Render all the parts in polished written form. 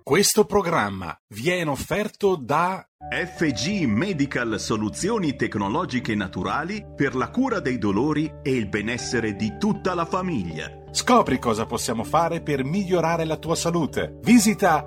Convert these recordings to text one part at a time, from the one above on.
Questo programma viene offerto da FG Medical Soluzioni tecnologiche naturali per la cura dei dolori e il benessere di tutta la famiglia. Scopri cosa possiamo fare per migliorare la tua salute. Visita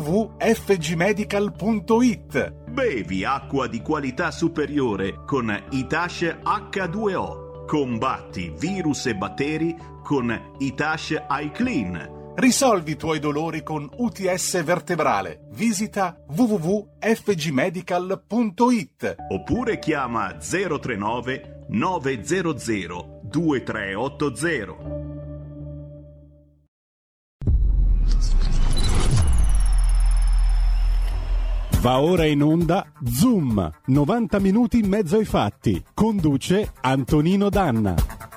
www.fgmedical.it. Bevi acqua di qualità superiore con Itash H2O. Combatti virus e batteri con Itash iClean. Risolvi i tuoi dolori con UTS vertebrale. Visita www.fgmedical.it. Oppure chiama 039 900 2380. Va ora in onda Zoom, 90 minuti in mezzo ai fatti. Conduce Antonino Danna.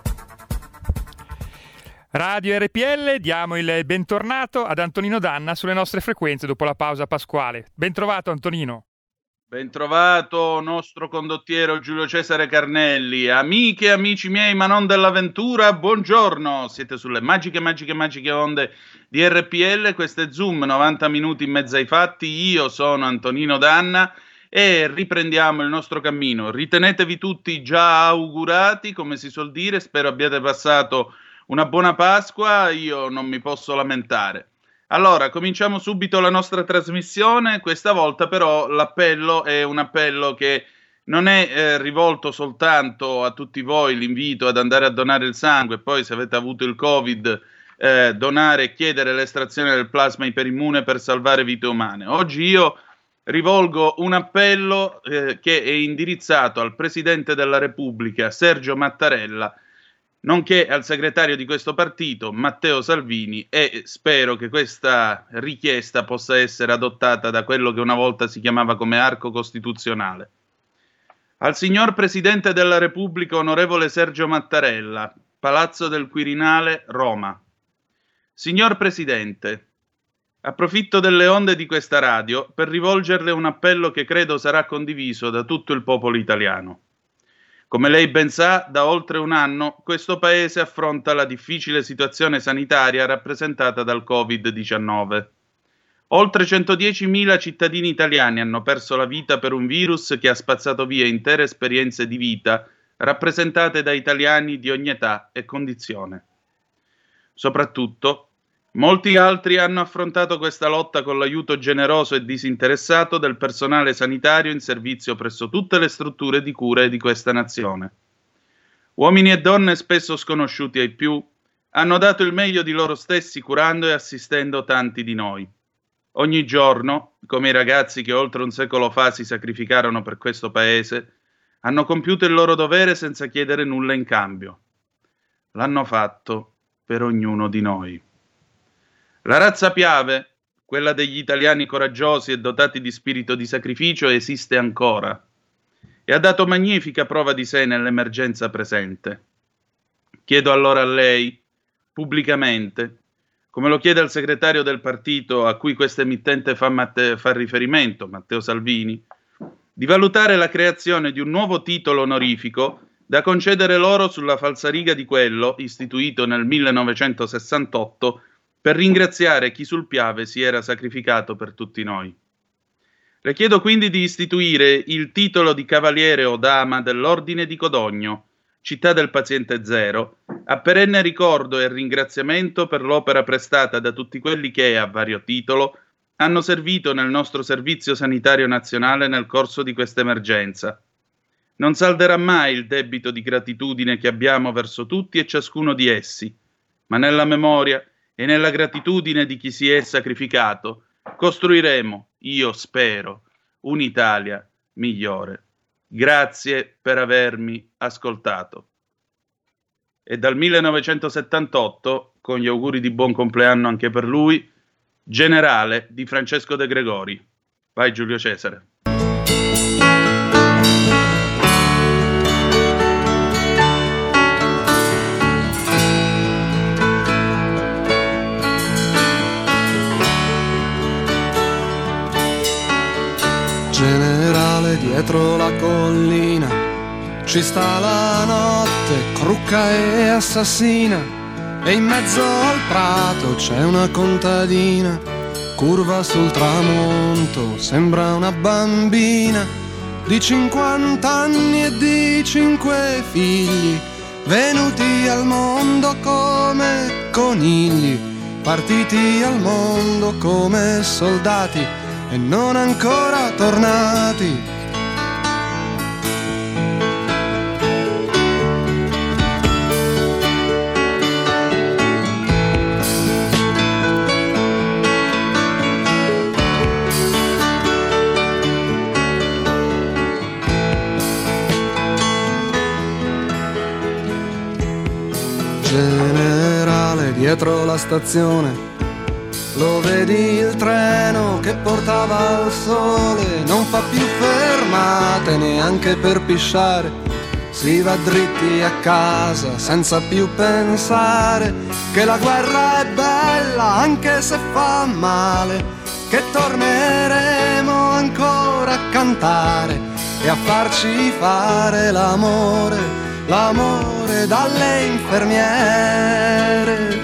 Radio RPL, diamo il bentornato ad Antonino Danna sulle nostre frequenze dopo la pausa pasquale. Bentrovato Antonino. Bentrovato nostro condottiero Giulio Cesare Carnelli. Amiche e amici miei, ma non dell'avventura, buongiorno. Siete sulle magiche onde di RPL. Questo è Zoom, 90 minuti in mezzo ai fatti. Io sono Antonino Danna e riprendiamo il nostro cammino. Ritenetevi tutti già augurati, come si suol dire. Spero abbiate passato una buona Pasqua, io non mi posso lamentare. Allora, cominciamo subito la nostra trasmissione. Questa volta però l'appello è un appello che non è rivolto soltanto a tutti voi, l'invito ad andare a donare il sangue, poi se avete avuto il Covid, donare e chiedere l'estrazione del plasma iperimmune per salvare vite umane. Oggi io rivolgo un appello che è indirizzato al Presidente della Repubblica, Sergio Mattarella, nonché al segretario di questo partito, Matteo Salvini, e spero che questa richiesta possa essere adottata da quello che una volta si chiamava come arco costituzionale. Al signor Presidente della Repubblica, onorevole Sergio Mattarella, Palazzo del Quirinale, Roma. Signor Presidente, approfitto delle onde di questa radio per rivolgerle un appello che credo sarà condiviso da tutto il popolo italiano. Come lei ben sa, da oltre un anno questo paese affronta la difficile situazione sanitaria rappresentata dal Covid-19. Oltre 110.000 cittadini italiani hanno perso la vita per un virus che ha spazzato via intere esperienze di vita rappresentate da italiani di ogni età e condizione. Soprattutto, molti altri hanno affrontato questa lotta con l'aiuto generoso e disinteressato del personale sanitario in servizio presso tutte le strutture di cura di questa nazione. Uomini e donne spesso sconosciuti ai più hanno dato il meglio di loro stessi curando e assistendo tanti di noi. Ogni giorno, come i ragazzi che oltre un secolo fa si sacrificarono per questo paese, hanno compiuto il loro dovere senza chiedere nulla in cambio. L'hanno fatto per ognuno di noi. La razza Piave, quella degli italiani coraggiosi e dotati di spirito di sacrificio, esiste ancora e ha dato magnifica prova di sé nell'emergenza presente. Chiedo allora a lei, pubblicamente, come lo chiede al segretario del partito a cui questa emittente fa riferimento, Matteo Salvini, di valutare la creazione di un nuovo titolo onorifico da concedere loro sulla falsariga di quello istituito nel 1968 per ringraziare chi sul Piave si era sacrificato per tutti noi. Le chiedo quindi di istituire il titolo di Cavaliere o Dama dell'Ordine di Codogno, città del paziente zero, a perenne ricordo e ringraziamento per l'opera prestata da tutti quelli che, a vario titolo, hanno servito nel nostro Servizio Sanitario Nazionale nel corso di questa emergenza. Non salderà mai il debito di gratitudine che abbiamo verso tutti e ciascuno di essi, ma nella memoria e nella gratitudine di chi si è sacrificato, costruiremo, io spero, un'Italia migliore. Grazie per avermi ascoltato. E dal 1978, con gli auguri di buon compleanno anche per lui, Generale di Francesco De Gregori. Vai Giulio Cesare. Generale, dietro la collina ci sta la notte, crucca e assassina, e in mezzo al prato c'è una contadina curva sul tramonto, sembra una bambina di 50 anni e di 5 figli, venuti al mondo come conigli, partiti al mondo come soldati e non ancora tornati. Generale, dietro la stazione, lo vedi il treno che portava al sole, non fa più fermate neanche per pisciare, si va dritti a casa senza più pensare che la guerra è bella anche se fa male, che torneremo ancora a cantare e a farci fare l'amore dalle infermiere.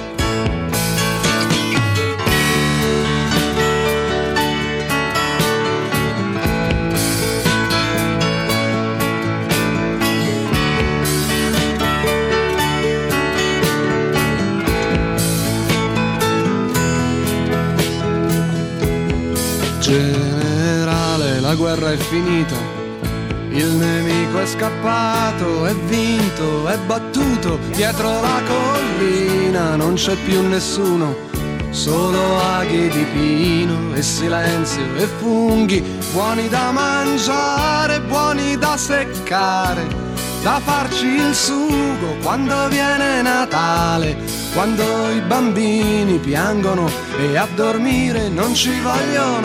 Generale, la guerra è finita, il nemico è scappato, è vinto, è battuto, dietro la collina non c'è più nessuno, solo aghi di pino e silenzio e funghi, buoni da mangiare, buoni da seccare, da farci il sugo quando viene Natale, quando i bambini piangono e a dormire non ci vogliono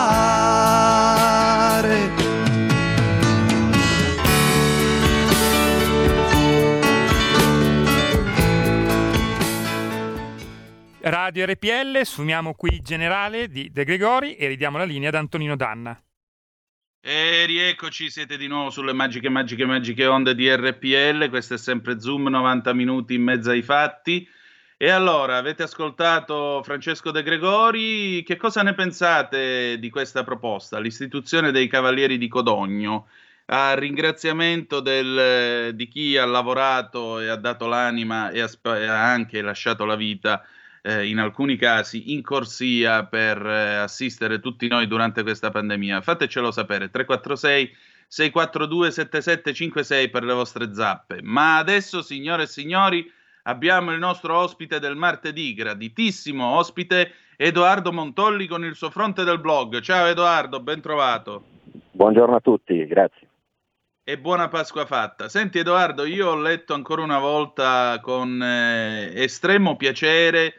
andare. Radio RPL, sfumiamo qui Generale di De Gregori e ridiamo la linea ad Antonino Danna. E rieccoci, siete di nuovo sulle magiche onde di RPL, questo è sempre Zoom, 90 minuti in mezzo ai fatti. E allora, avete ascoltato Francesco De Gregori, che cosa ne pensate di questa proposta, l'istituzione dei Cavalieri di Codogno, a ringraziamento di chi ha lavorato e ha dato l'anima e ha anche lasciato la vita in alcuni casi in corsia per assistere tutti noi durante questa pandemia. Fatecelo sapere, 346-642-7756 per le vostre zappe. Ma adesso, signore e signori, abbiamo il nostro ospite del martedì, graditissimo ospite, Edoardo Montolli con il suo fronte del blog. Ciao Edoardo, ben trovato. Buongiorno a tutti, grazie. E buona Pasqua fatta. Senti Edoardo, io ho letto ancora una volta con estremo piacere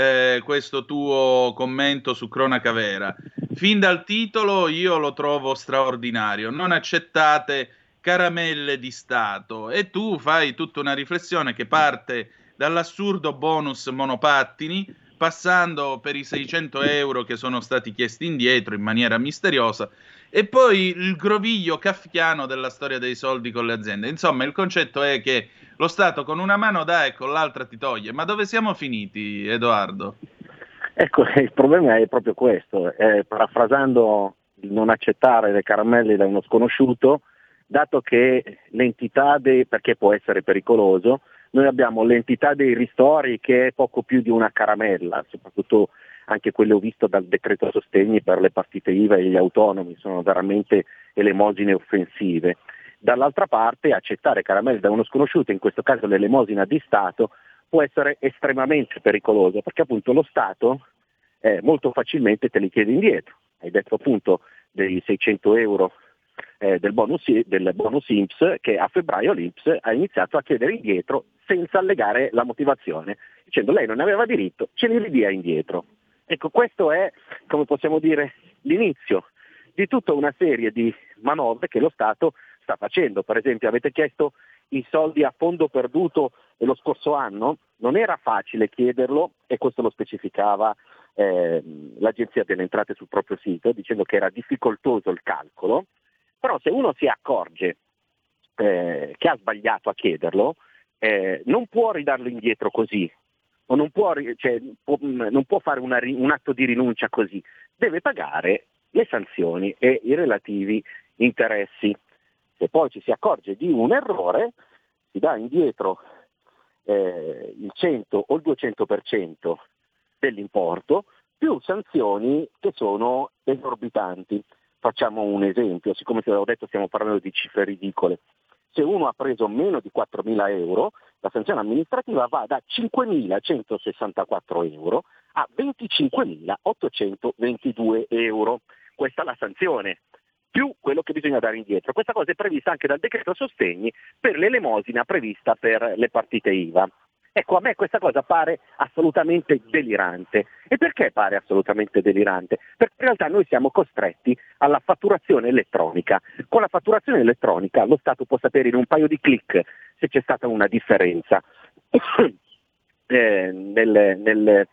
questo tuo commento su Cronaca Vera. Fin dal titolo io lo trovo straordinario. Non accettate caramelle di Stato, e tu fai tutta una riflessione che parte dall'assurdo bonus monopattini, passando per i 600 euro che sono stati chiesti indietro in maniera misteriosa, e poi il groviglio kafkiano della storia dei soldi con le aziende. Insomma, il concetto è che lo Stato con una mano dà e con l'altra ti toglie. Ma dove siamo finiti, Edoardo? Ecco, il problema è proprio questo. Parafrasando il non accettare le caramelle da uno sconosciuto, dato che l'entità perché può essere pericoloso, noi abbiamo l'entità dei ristori che è poco più di una caramella, soprattutto anche quelle ho visto dal decreto sostegni per le partite IVA e gli autonomi, sono veramente elemosine offensive. Dall'altra parte accettare caramelle da uno sconosciuto, in questo caso l'elemosina di Stato, può essere estremamente pericoloso, perché appunto lo Stato molto facilmente te li chiede indietro. Hai detto appunto dei 600 euro del bonus INPS, che a febbraio l'INPS ha iniziato a chiedere indietro senza allegare la motivazione, dicendo lei non aveva diritto, ce li ridia indietro. Ecco, questo è, come possiamo dire, l'inizio di tutta una serie di manovre che lo Stato sta facendo. Per esempio, avete chiesto i soldi a fondo perduto lo scorso anno, non era facile chiederlo, e questo lo specificava l'Agenzia delle Entrate sul proprio sito, dicendo che era difficoltoso il calcolo, però se uno si accorge che ha sbagliato a chiederlo, non può ridarlo indietro così, o non può, non può fare un atto di rinuncia così, deve pagare le sanzioni e i relativi interessi. Se poi ci si accorge di un errore, si dà indietro il 100 o il 200% dell'importo, più sanzioni che sono esorbitanti. Facciamo un esempio, siccome ti avevo detto stiamo parlando di cifre ridicole. Se uno ha preso meno di 4.000 euro, la sanzione amministrativa va da 5.164 euro a 25.822 euro. Questa è la sanzione, più quello che bisogna dare indietro. Questa cosa è prevista anche dal decreto sostegni per l'elemosina prevista per le partite IVA. Ecco, a me questa cosa pare assolutamente delirante. E perché pare assolutamente delirante? Perché in realtà noi siamo costretti alla fatturazione elettronica. Con la fatturazione elettronica lo Stato può sapere in un paio di clic se c'è stata una differenza nel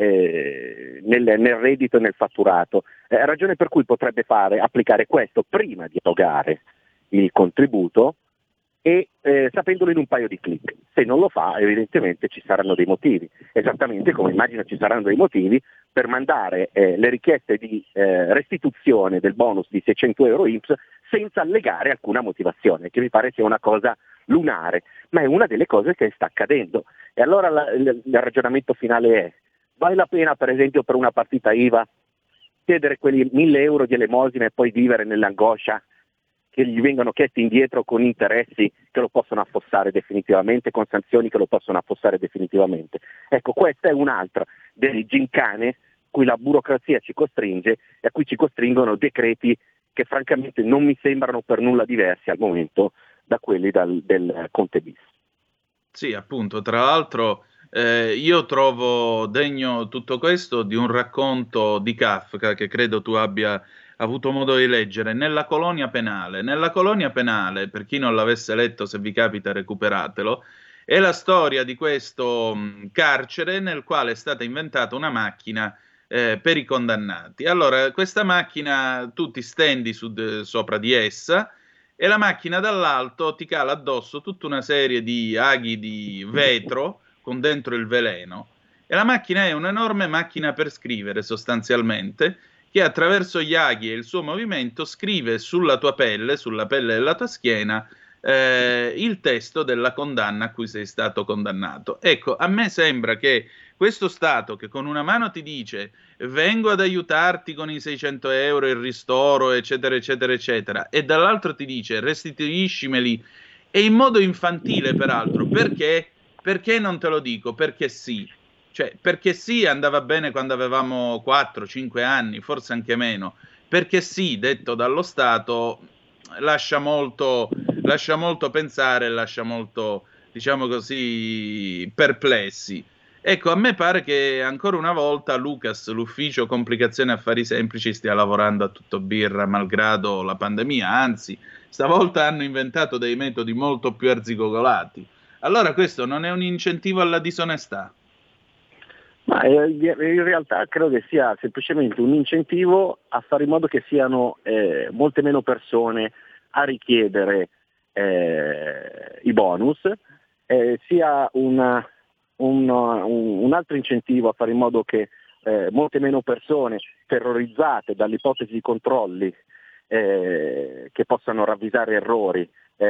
reddito e nel fatturato. Ragione per cui potrebbe applicare questo prima di erogare il contributo e sapendolo in un paio di clic. Se non lo fa, evidentemente ci saranno dei motivi, esattamente come immagino ci saranno dei motivi per mandare le richieste di restituzione del bonus di 600 euro INPS senza allegare alcuna motivazione, che mi pare sia una cosa lunare, ma è una delle cose che sta accadendo. E allora il ragionamento finale è: vale la pena, per esempio, per una partita IVA chiedere quelli 1.000 euro di elemosina e poi vivere nell'angoscia che gli vengono chiesti indietro con interessi che lo possono affossare definitivamente, con sanzioni che lo possono affossare definitivamente? Ecco, questa è un'altra delle gincane cui la burocrazia ci costringe e a cui ci costringono decreti che francamente non mi sembrano per nulla diversi al momento da quelli del Conte bis. Sì, appunto, tra l'altro io trovo degno tutto questo di un racconto di Kafka che credo tu abbia avuto modo di leggere, Nella colonia penale. Nella colonia penale, per chi non l'avesse letto, se vi capita recuperatelo, è la storia di questo carcere nel quale è stata inventata una macchina per i condannati. Allora, questa macchina tu ti stendi sopra di essa e la macchina dall'alto ti cala addosso tutta una serie di aghi di vetro con dentro il veleno. E la macchina è un'enorme macchina per scrivere, sostanzialmente, che attraverso gli aghi e il suo movimento scrive sulla tua pelle, sulla pelle della tua schiena, il testo della condanna a cui sei stato condannato. Ecco, a me sembra che questo Stato che con una mano ti dice vengo ad aiutarti con i 600 euro, il ristoro, eccetera, eccetera, eccetera, e dall'altro ti dice restituiscimeli, e in modo infantile peraltro, perché? Perché non te lo dico? Perché sì. Cioè, perché sì, andava bene quando avevamo 4-5 anni, forse anche meno. Perché sì, detto dallo Stato, lascia molto pensare, lascia molto, diciamo così, perplessi. Ecco, a me pare che ancora una volta Lucas, l'ufficio complicazioni affari semplici, stia lavorando a tutto birra malgrado la pandemia, anzi, stavolta hanno inventato dei metodi molto più arzigogolati. Allora questo non è un incentivo alla disonestà? Ma in realtà credo che sia semplicemente un incentivo a fare in modo che siano molte meno persone a richiedere i bonus, sia un altro incentivo a fare in modo che molte meno persone terrorizzate dall'ipotesi di controlli che possano ravvisare errori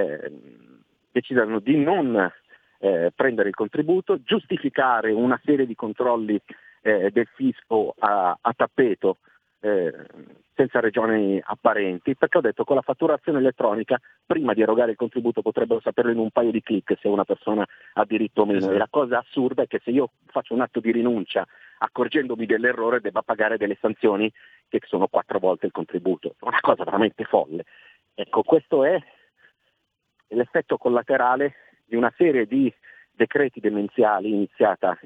decidano di non prendere il contributo, giustificare una serie di controlli del fisco a tappeto senza ragioni apparenti, perché ho detto con la fatturazione elettronica prima di erogare il contributo potrebbero saperlo in un paio di clic se una persona ha diritto o meno. Esatto. E la cosa assurda è che se io faccio un atto di rinuncia accorgendomi dell'errore debba pagare delle sanzioni che sono 4 volte il contributo. Una cosa veramente folle. Ecco, questo è l'effetto collaterale di una serie di decreti demenziali iniziata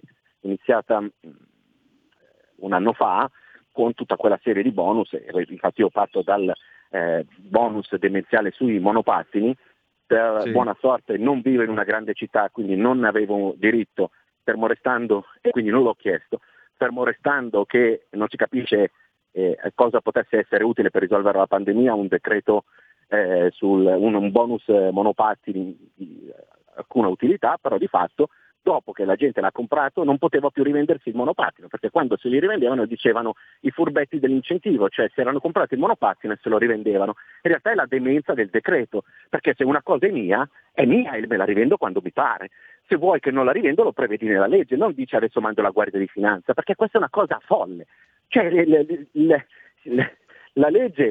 un anno fa con tutta quella serie di bonus. Infatti io parto dal bonus demenziale sui monopattini. Per buona sorte non vivo in una grande città, quindi non ne avevo diritto, fermo restando, e quindi non l'ho chiesto, fermo restando che non si capisce cosa potesse essere utile per risolvere la pandemia, un decreto un bonus monopattini di alcuna utilità, però di fatto dopo che la gente l'ha comprato non poteva più rivendersi il monopattino, perché quando se li rivendevano dicevano i furbetti dell'incentivo, cioè se erano comprati il monopattino e se lo rivendevano. In realtà è la demenza del decreto, perché se una cosa è mia e me la rivendo quando mi pare. Se vuoi che non la rivendo lo prevedi nella legge, non dici adesso mando la Guardia di Finanza, perché questa è una cosa folle. Cioè la legge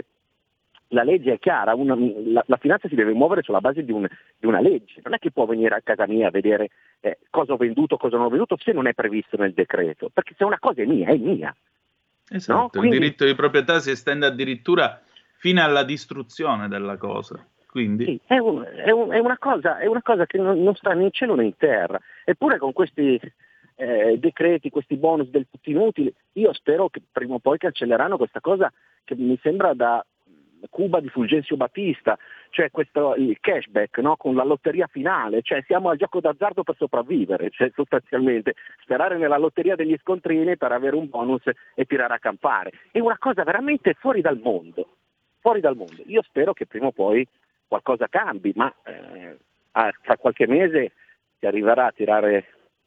è chiara, la finanza si deve muovere sulla base di una legge, non è che può venire a casa mia a vedere cosa ho venduto, cosa non ho venduto, se non è previsto nel decreto, perché se una cosa è mia. Esatto, no? Quindi, il diritto di proprietà si estende addirittura fino alla distruzione della cosa. Quindi sì, è una cosa che non sta né in cielo né in terra, eppure con questi decreti, questi bonus del tutti inutili, io spero che prima o poi cancelleranno questa cosa che mi sembra da Cuba di Fulgencio Batista, cioè il cashback, no? Con la lotteria finale, cioè siamo al gioco d'azzardo per sopravvivere, cioè sostanzialmente sperare nella lotteria degli scontrini per avere un bonus e tirare a campare. È una cosa veramente fuori dal mondo. Io spero che prima o poi qualcosa cambi, ma fra qualche mese si arriverà a tirare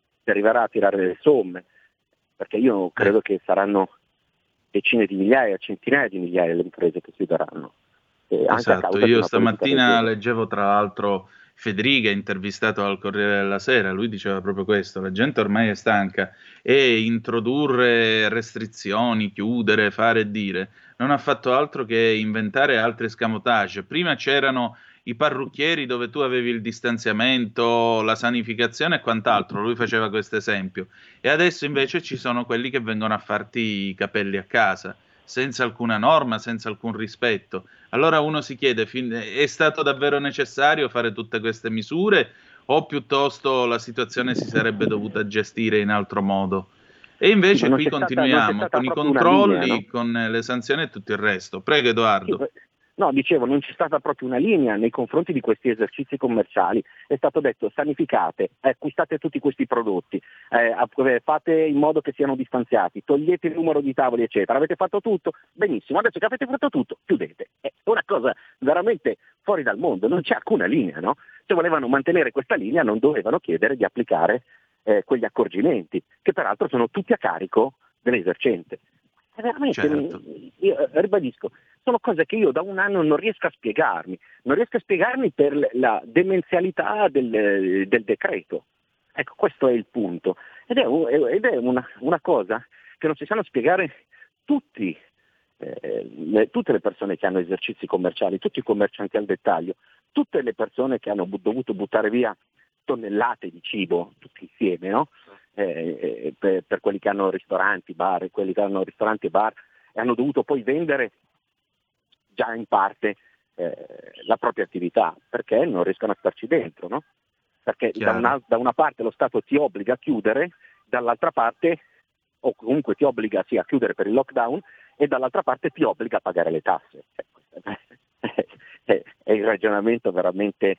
le somme, perché io credo che saranno decine di migliaia, centinaia di migliaia le imprese che si daranno. Esatto, io stamattina leggevo tra l'altro Federica, intervistato al Corriere della Sera, lui diceva proprio questo: la gente ormai è stanca e introdurre restrizioni, chiudere, fare e dire, non ha fatto altro che inventare altri escamotage. Prima c'erano i parrucchieri dove tu avevi il distanziamento, la sanificazione e quant'altro, lui faceva questo esempio, e adesso invece ci sono quelli che vengono a farti i capelli a casa, senza alcuna norma, senza alcun rispetto. Allora uno si chiede, è stato davvero necessario fare tutte queste misure o piuttosto la situazione si sarebbe dovuta gestire in altro modo? E invece qui continuiamo con i controlli, linea, no? Con le sanzioni e tutto il resto. Prego Edoardo. Sì, no, dicevo, non c'è stata proprio una linea nei confronti di questi esercizi commerciali. È stato detto: sanificate, acquistate tutti questi prodotti, fate in modo che siano distanziati, togliete il numero di tavoli, eccetera. Avete fatto tutto? Benissimo, adesso che avete fatto tutto, chiudete. È una cosa veramente fuori dal mondo, non c'è alcuna linea, no? Se volevano mantenere questa linea non dovevano chiedere di applicare quegli accorgimenti, che peraltro sono tutti a carico dell'esercente. Veramente, certo. Io ribadisco, sono cose che io da un anno non riesco a spiegarmi per la demenzialità del decreto. Ecco, questo è il punto. Ed è una cosa che non si sanno spiegare tutte le persone che hanno esercizi commerciali, tutti i commercianti al dettaglio, tutte le persone che hanno dovuto buttare via tonnellate di cibo, tutti insieme, no? Per quelli che hanno ristoranti, bar, e quelli che hanno ristoranti e bar, e hanno dovuto poi vendere già in parte la propria attività, perché non riescono a starci dentro, no? Perché da una parte lo Stato ti obbliga a chiudere, dall'altra parte, o comunque ti obbliga a chiudere per il lockdown, e dall'altra parte ti obbliga a pagare le tasse. È il ragionamento veramente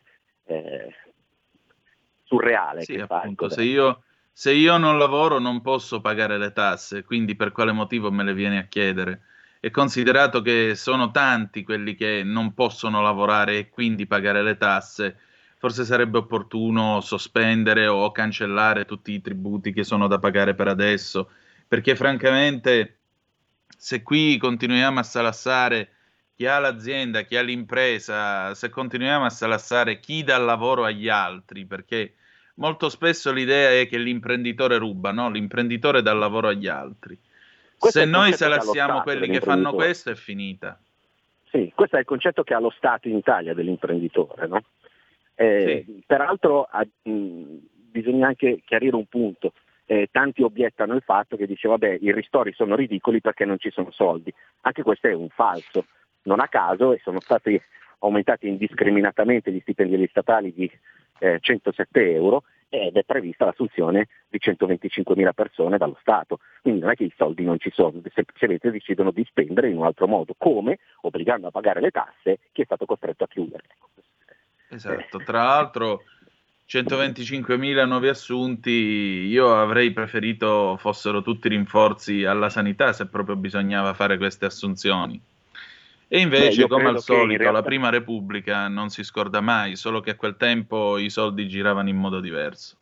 surreale. Sì, che appunto, fa, se io non lavoro non posso pagare le tasse, quindi per quale motivo me le vieni a chiedere? E considerato che sono tanti quelli che non possono lavorare e quindi pagare le tasse, forse sarebbe opportuno sospendere o cancellare tutti i tributi che sono da pagare per adesso, perché francamente se qui continuiamo a salassare chi ha l'azienda, chi ha l'impresa, se continuiamo a salassare chi dà lavoro agli altri, perché molto spesso l'idea è che l'imprenditore ruba, no? L'imprenditore dà lavoro agli altri. Se noi salassiamo quelli che fanno questo è finita. Sì, questo è il concetto che ha lo Stato in Italia dell'imprenditore, no? Sì. Peraltro bisogna anche chiarire un punto. Tanti obiettano il fatto che dice vabbè, i ristori sono ridicoli perché non ci sono soldi. Anche questo è un falso. Non a caso sono stati aumentati indiscriminatamente gli stipendi statali di 107 euro ed è prevista l'assunzione di 125.000 persone dallo Stato. Quindi non è che i soldi non ci sono, semplicemente decidono di spendere in un altro modo, come obbligando a pagare le tasse chi è stato costretto a chiudere. Esatto, tra l'altro 125.000 nuovi assunti, io avrei preferito fossero tutti rinforzi alla sanità se proprio bisognava fare queste assunzioni. E invece, come al solito, la Prima Repubblica non si scorda mai, solo che a quel tempo i soldi giravano in modo diverso.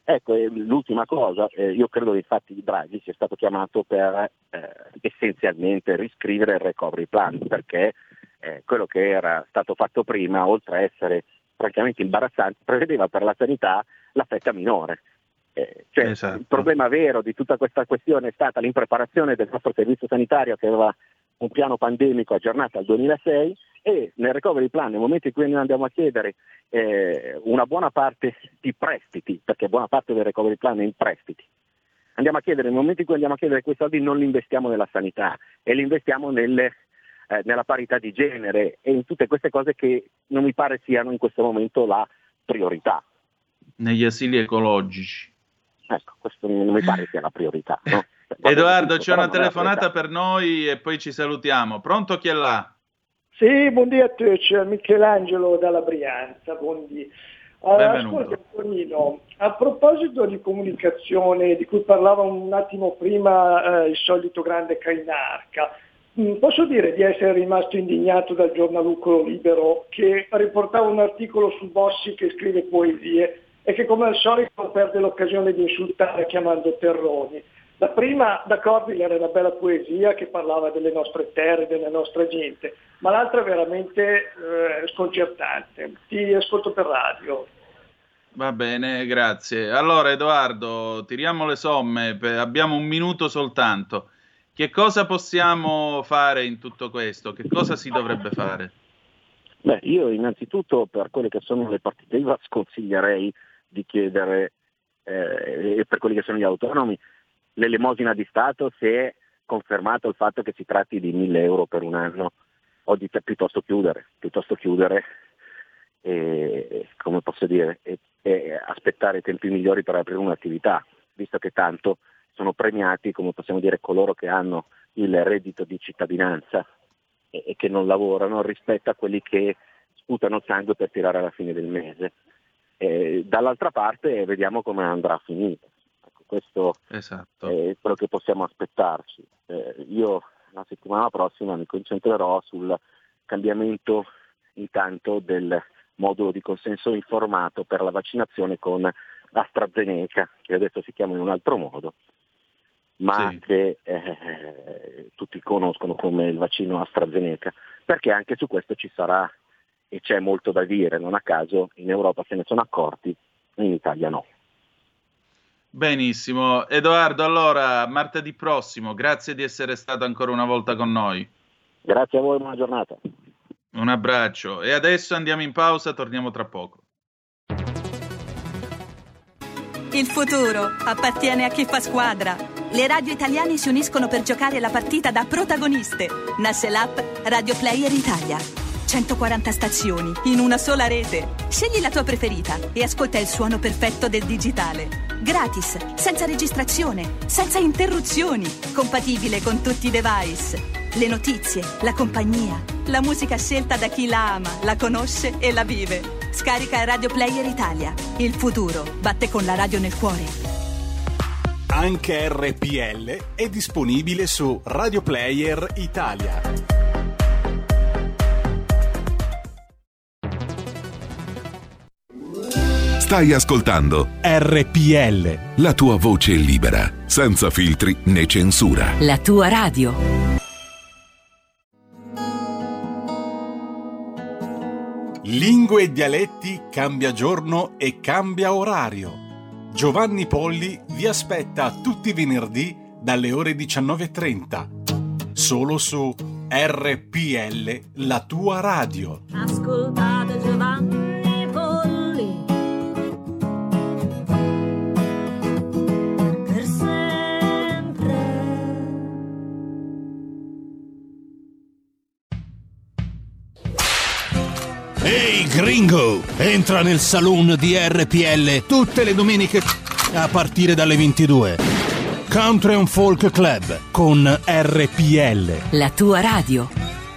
Ecco, l'ultima cosa, io credo che infatti Draghi sia stato chiamato per essenzialmente riscrivere il recovery plan, perché quello che era stato fatto prima, oltre a essere francamente imbarazzante, prevedeva per la sanità la fetta minore. Esatto. Il problema vero di tutta questa questione è stata l'impreparazione del nostro servizio sanitario, che aveva un piano pandemico aggiornato al 2006, e nel recovery plan, nel momento in cui noi andiamo a chiedere una buona parte di prestiti, perché buona parte del recovery plan è in prestiti, nel momento in cui andiamo a chiedere quei soldi non li investiamo nella sanità e li investiamo nella parità di genere e in tutte queste cose che non mi pare siano in questo momento la priorità. Negli asili ecologici. Ecco, questo non mi pare sia la priorità, no? Edoardo, c'è una telefonata per noi e poi ci salutiamo. Pronto, chi è là? Sì, buondì a te, c'è Michelangelo dalla Brianza, buondì. Ascolta Antonino, a proposito di comunicazione di cui parlava un attimo prima il solito grande Cainarca, posso dire di essere rimasto indignato dal giornalucolo Libero, che riportava un articolo su Bossi che scrive poesie e che come al solito perde l'occasione di insultare chiamando terroni. La prima, d'accordo, era una bella poesia che parlava delle nostre terre, della nostra gente, ma l'altra è veramente sconcertante. Ti ascolto per radio. Va bene, grazie. Allora Edoardo, tiriamo le somme, abbiamo un minuto soltanto. Che cosa possiamo fare in tutto questo? Che cosa si dovrebbe fare? Beh, io innanzitutto per quelle che sono le partite IVA sconsiglierei di chiedere, e per quelli che sono gli autonomi, l'elemosina di Stato se è confermato il fatto che si tratti di 1.000 euro per un anno, o di piuttosto chiudere e, come posso dire, e aspettare tempi migliori per aprire un'attività, visto che tanto sono premiati, come possiamo dire, coloro che hanno il reddito di cittadinanza e che non lavorano rispetto a quelli che sputano sangue per tirare alla fine del mese. Dall'altra parte vediamo come andrà a finire. Questo esatto. È quello che possiamo aspettarci. Io la settimana prossima mi concentrerò sul cambiamento intanto del modulo di consenso informato per la vaccinazione con AstraZeneca, che adesso si chiama in un altro modo, ma sì, che tutti conoscono come il vaccino AstraZeneca, perché anche su questo ci sarà e c'è molto da dire. Non a caso in Europa se ne sono accorti, in Italia no. Benissimo, Edoardo, allora martedì prossimo, grazie di essere stato ancora una volta con noi. Grazie a voi, buona giornata. Un abbraccio e adesso andiamo in pausa, torniamo tra poco. Il futuro appartiene a chi fa squadra. Le radio italiane si uniscono per giocare la partita da protagoniste. Nasce l'app Radio Player Italia. 140 stazioni in una sola rete. Scegli la tua preferita e ascolta il suono perfetto del digitale. Gratis, senza registrazione, senza interruzioni, compatibile con tutti i device. Le notizie, la compagnia, la musica scelta da chi la ama, la conosce e la vive. Scarica Radio Player Italia. Il futuro batte con la radio nel cuore. Anche RPL è disponibile su Radio Player Italia. Stai ascoltando RPL, la tua voce libera, senza filtri né censura. La tua radio. Lingue e dialetti cambia giorno e cambia orario. Giovanni Polli vi aspetta tutti i venerdì dalle ore 19:30. Solo su RPL, la tua radio. Ascoltate Giovanni Polli. Per sempre. Ehi gringo, entra nel saloon di RPL tutte le domeniche a partire dalle 22. Country and Folk Club con RPL, la tua radio.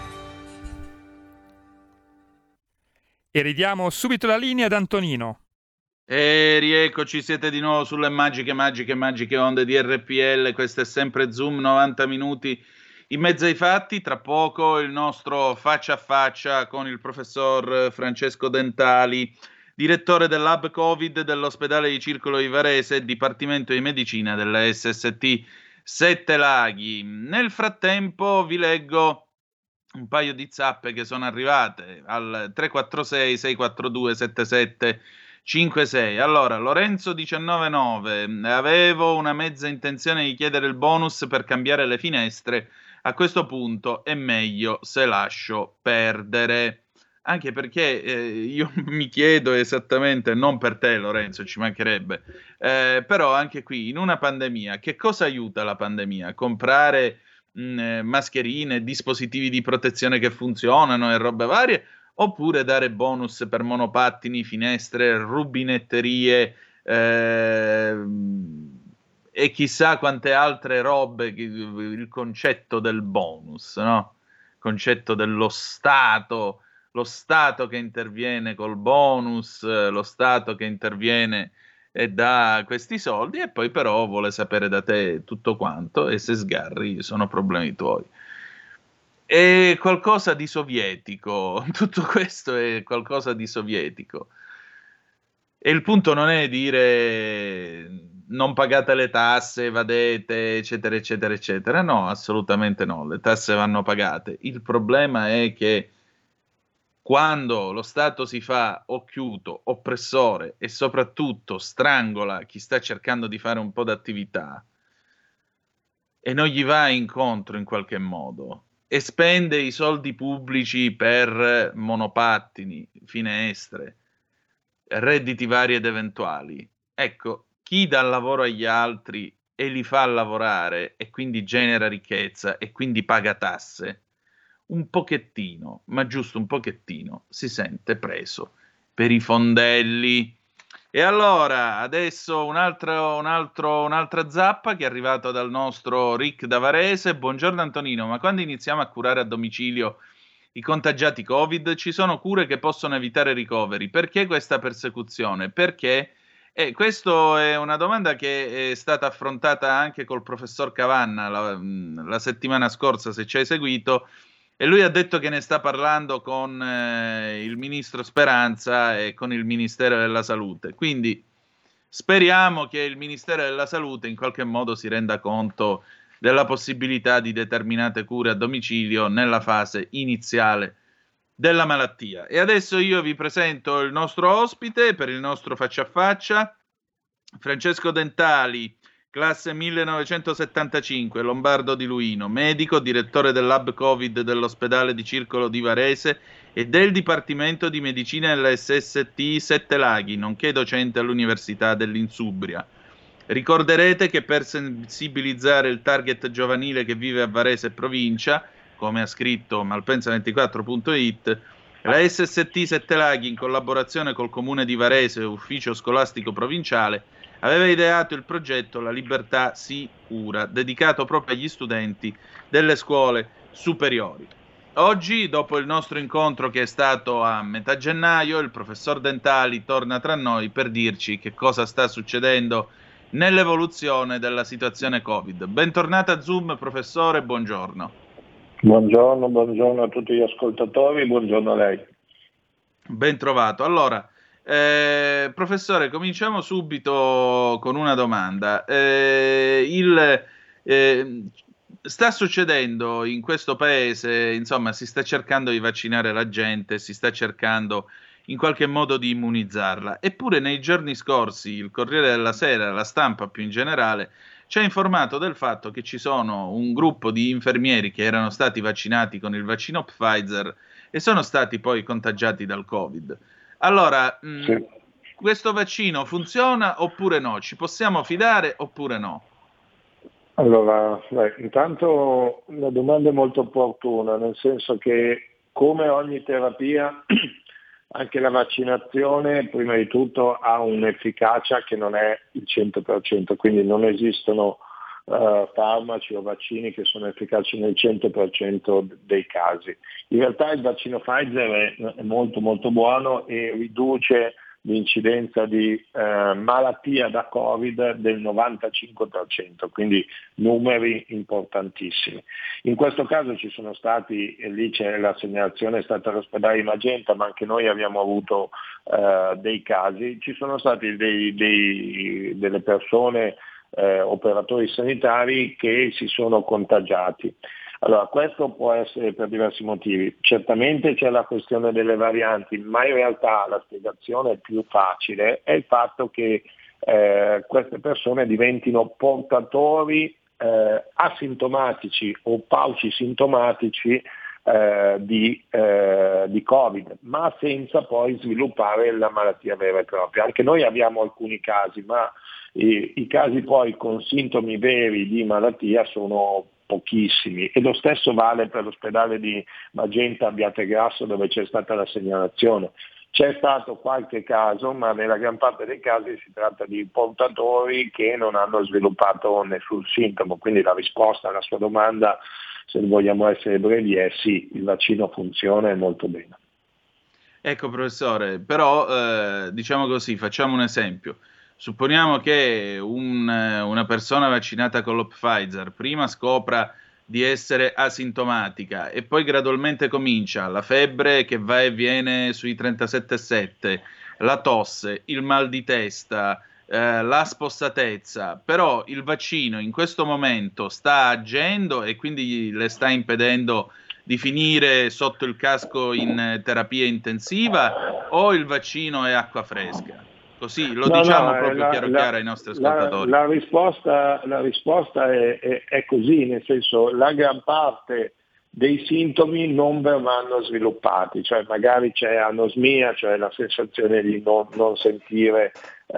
E ridiamo subito la linea ad Antonino. E rieccoci, siete di nuovo sulle magiche onde di RPL. Questo è sempre Zoom, 90 minuti in mezzo ai fatti. Tra poco il nostro faccia a faccia con il professor Francesco Dentali direttore dell'Hub Covid dell'ospedale di Circolo di Varese, Dipartimento di Medicina della SST Sette Laghi. Nel frattempo vi leggo un paio di zappe che sono arrivate al 346 642 7756. Allora, Lorenzo 199, avevo una mezza intenzione di chiedere il bonus per cambiare le finestre, a questo punto è meglio se lascio perdere. Anche perché io mi chiedo esattamente, non per te Lorenzo, ci mancherebbe, però anche qui in una pandemia, che cosa aiuta la pandemia? Comprare mascherine, dispositivi di protezione che funzionano e robe varie, oppure dare bonus per monopattini, finestre, rubinetterie e chissà quante altre robe, il concetto del bonus, no? Il concetto dello Stato, lo Stato che interviene col bonus, lo Stato che interviene e dà questi soldi, e poi però vuole sapere da te tutto quanto, e se sgarri sono problemi tuoi. È qualcosa di sovietico, tutto questo è qualcosa di sovietico. E il punto non è dire non pagate le tasse, evadete, eccetera, eccetera, eccetera. No, assolutamente no, le tasse vanno pagate. Il problema è che quando lo Stato si fa occhiuto, oppressore e soprattutto strangola chi sta cercando di fare un po' d'attività e non gli va incontro in qualche modo e spende i soldi pubblici per monopattini, finestre, redditi vari ed eventuali, ecco, chi dà lavoro agli altri e li fa lavorare e quindi genera ricchezza e quindi paga tasse, un pochettino, ma giusto un pochettino, si sente preso per i fondelli. E allora, adesso un'altra zappa che è arrivata dal nostro Rick da Varese. Buongiorno Antonino, ma quando iniziamo a curare a domicilio i contagiati Covid, ci sono cure che possono evitare ricoveri. Perché questa persecuzione? Perché? Questa è una domanda che è stata affrontata anche col professor Cavanna la settimana scorsa, se ci hai seguito, e lui ha detto che ne sta parlando con il ministro Speranza e con il Ministero della Salute. Quindi speriamo che il Ministero della Salute in qualche modo si renda conto della possibilità di determinate cure a domicilio nella fase iniziale della malattia. E adesso io vi presento il nostro ospite per il nostro faccia a faccia, Francesco Dentali, classe 1975, lombardo di Luino, medico, direttore dell'Hub Covid dell'ospedale di Circolo di Varese e del Dipartimento di Medicina della SST Sette Laghi, nonché docente all'Università dell'Insubria. Ricorderete che per sensibilizzare il target giovanile che vive a Varese e provincia, come ha scritto Malpensa24.it, la SST Sette Laghi, in collaborazione col Comune di Varese e Ufficio Scolastico Provinciale, aveva ideato il progetto La Libertà si cura, dedicato proprio agli studenti delle scuole superiori. Oggi, dopo il nostro incontro che è stato a metà gennaio, il professor Dentali torna tra noi per dirci che cosa sta succedendo nell'evoluzione della situazione Covid. Bentornato a Zoom, professore, buongiorno. Buongiorno a tutti gli ascoltatori, buongiorno a lei. Ben trovato. Allora, professore, cominciamo subito con una domanda. Sta succedendo in questo paese, insomma, si sta cercando di vaccinare la gente, si sta cercando in qualche modo di immunizzarla. Eppure nei giorni scorsi il Corriere della Sera, la stampa più in generale, ci ha informato del fatto che ci sono un gruppo di infermieri che erano stati vaccinati con il vaccino Pfizer e sono stati poi contagiati dal Covid. Allora, sì. Questo vaccino funziona oppure no? Ci possiamo fidare oppure no? Allora, intanto la domanda è molto opportuna, nel senso che come ogni terapia, anche la vaccinazione prima di tutto ha un'efficacia che non è il 100%, quindi non esistono farmaci o vaccini che sono efficaci nel 100% dei casi. In realtà il vaccino Pfizer è molto molto buono e riduce l'incidenza di malattia da Covid del 95%, quindi numeri importantissimi. In questo caso ci sono stati, e lì c'è la segnalazione, è stata all'ospedale di Magenta, ma anche noi abbiamo avuto dei casi, ci sono stati delle persone, operatori sanitari che si sono contagiati. Allora, questo può essere per diversi motivi. Certamente c'è la questione delle varianti, ma in realtà la spiegazione più facile è il fatto che queste persone diventino portatori asintomatici o paucisintomatici di Covid, ma senza poi sviluppare la malattia vera e propria. Anche noi abbiamo alcuni casi, ma i casi poi con sintomi veri di malattia sono pochissimi, e lo stesso vale per l'ospedale di Magenta Abbiategrasso, dove c'è stata la segnalazione. C'è stato qualche caso, ma nella gran parte dei casi si tratta di portatori che non hanno sviluppato nessun sintomo, quindi la risposta alla sua domanda, se vogliamo essere brevi, è sì, il vaccino funziona e molto bene. Ecco professore, però diciamo così, facciamo un esempio. Supponiamo che una persona vaccinata con lo Pfizer prima scopra di essere asintomatica e poi gradualmente comincia la febbre che va e viene sui 37,7, la tosse, il mal di testa, la spossatezza, però il vaccino in questo momento sta agendo e quindi le sta impedendo di finire sotto il casco in terapia intensiva, o il vaccino è acqua fresca? Così lo diciamo proprio chiaro ai nostri ascoltatori. La risposta è così, nel senso, la gran parte dei sintomi non verranno sviluppati, cioè magari c'è anosmia, cioè la sensazione di non sentire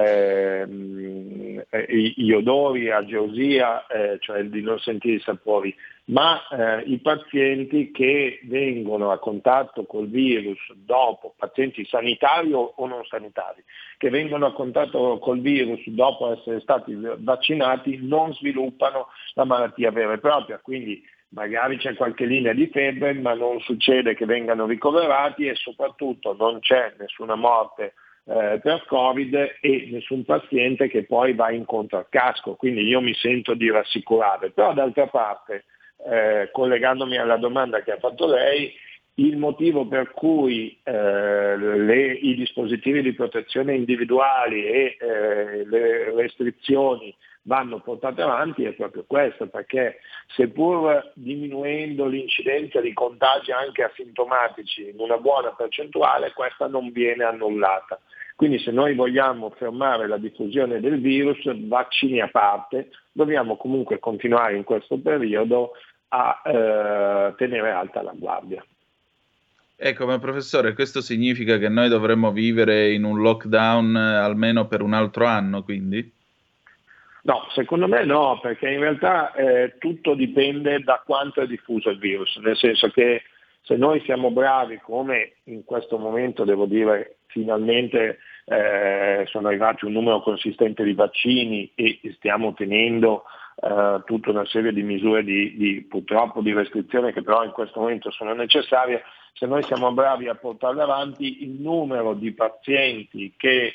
gli odori, ageusia, cioè di non sentire i sapori, ma i pazienti che vengono a contatto col virus dopo, pazienti sanitari o non sanitari, che vengono a contatto col virus dopo essere stati vaccinati, non sviluppano la malattia vera e propria, quindi magari c'è qualche linea di febbre, ma non succede che vengano ricoverati e soprattutto non c'è nessuna morte per Covid e nessun paziente che poi va incontro al casco, quindi io mi sento di rassicurare. Però d'altra parte, collegandomi alla domanda che ha fatto lei, il motivo per cui i dispositivi di protezione individuali e le restrizioni vanno portate avanti è proprio questo, perché seppur diminuendo l'incidenza di contagi anche asintomatici in una buona percentuale, questa non viene annullata. Quindi se noi vogliamo fermare la diffusione del virus, vaccini a parte, dobbiamo comunque continuare in questo periodo a tenere alta la guardia. Ecco, ma professore, questo significa che noi dovremmo vivere in un lockdown almeno per un altro anno, quindi? No, secondo me no, perché in realtà tutto dipende da quanto è diffuso il virus, nel senso che se noi siamo bravi, come in questo momento devo dire finalmente sono arrivati un numero consistente di vaccini e stiamo ottenendo tutta una serie di misure purtroppo di restrizione che però in questo momento sono necessarie, se noi siamo bravi a portarle avanti, il numero di pazienti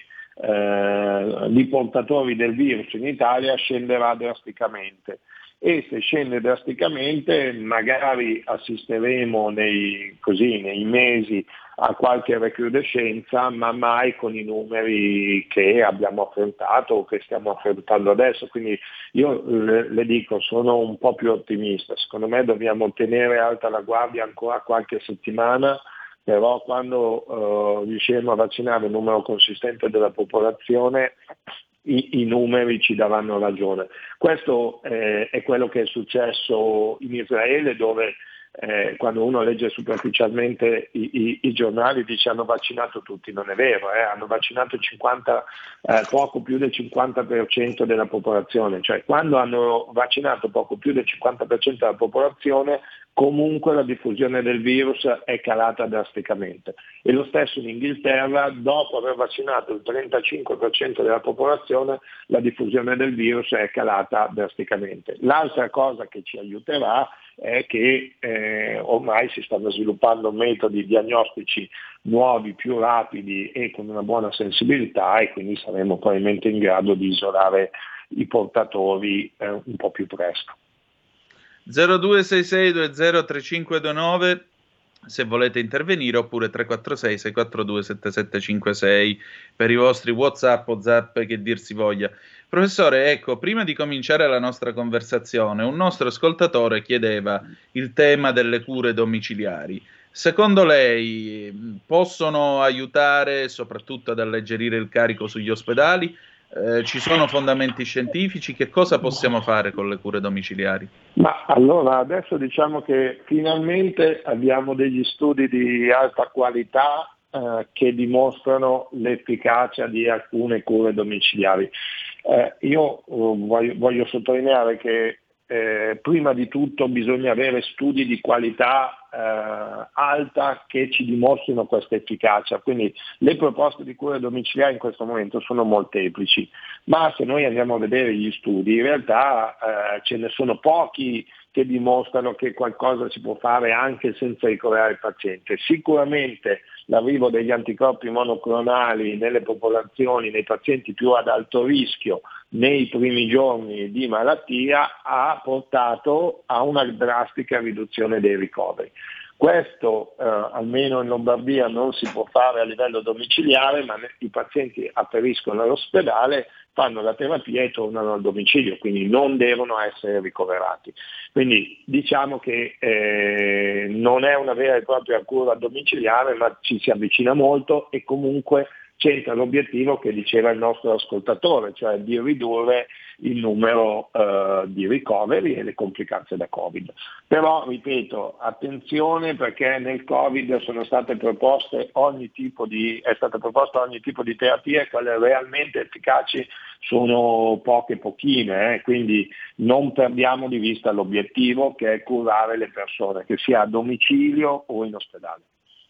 di portatori del virus in Italia scenderà drasticamente, e se scende drasticamente magari assisteremo nei mesi a qualche recrudescenza, ma mai con i numeri che abbiamo affrontato o che stiamo affrontando adesso. Quindi io le dico, sono un po' più ottimista, secondo me dobbiamo tenere alta la guardia ancora qualche settimana, però quando riusciremo a vaccinare un numero consistente della popolazione i numeri ci daranno ragione. Questo è quello che è successo in Israele, dove quando uno legge superficialmente i giornali dice hanno vaccinato tutti, non è vero, hanno vaccinato poco più del 50% della popolazione, cioè quando hanno vaccinato poco più del 50% della popolazione comunque la diffusione del virus è calata drasticamente, e lo stesso in Inghilterra, dopo aver vaccinato il 35% della popolazione la diffusione del virus è calata drasticamente. L'altra cosa che ci aiuterà è che ormai si stanno sviluppando metodi diagnostici nuovi, più rapidi e con una buona sensibilità, e quindi saremo probabilmente in grado di isolare i portatori un po' più presto. 0266203529 se volete intervenire, oppure 346 642 7756 per i vostri WhatsApp o Zap, che dir si voglia. Professore, ecco, prima di cominciare la nostra conversazione, un nostro ascoltatore chiedeva il tema delle cure domiciliari. Secondo lei possono aiutare soprattutto ad alleggerire il carico sugli ospedali? Ci sono fondamenti scientifici? Che cosa possiamo fare con le cure domiciliari? Ma allora adesso diciamo che finalmente abbiamo degli studi di alta qualità che dimostrano l'efficacia di alcune cure domiciliari. Io voglio sottolineare che prima di tutto bisogna avere studi di qualità alta che ci dimostrino questa efficacia, quindi le proposte di cura domiciliare in questo momento sono molteplici, ma se noi andiamo a vedere gli studi, in realtà ce ne sono pochi che dimostrano che qualcosa si può fare anche senza ricoverare il paziente. Sicuramente l'arrivo degli anticorpi monoclonali nelle popolazioni, nei pazienti più ad alto rischio, nei primi giorni di malattia, ha portato a una drastica riduzione dei ricoveri. Questo almeno in Lombardia non si può fare a livello domiciliare, ma i pazienti afferiscono all'ospedale, fanno la terapia e tornano al domicilio, quindi non devono essere ricoverati. Quindi diciamo che non è una vera e propria cura domiciliare, ma ci si avvicina molto, e comunque c'entra l'obiettivo che diceva il nostro ascoltatore, cioè di ridurre il numero di ricoveri e le complicanze da Covid. Però, ripeto, attenzione, perché nel Covid è stata proposta ogni tipo di terapia, e quelle realmente efficaci sono pochine, quindi non perdiamo di vista l'obiettivo, che è curare le persone, che sia a domicilio o in ospedale.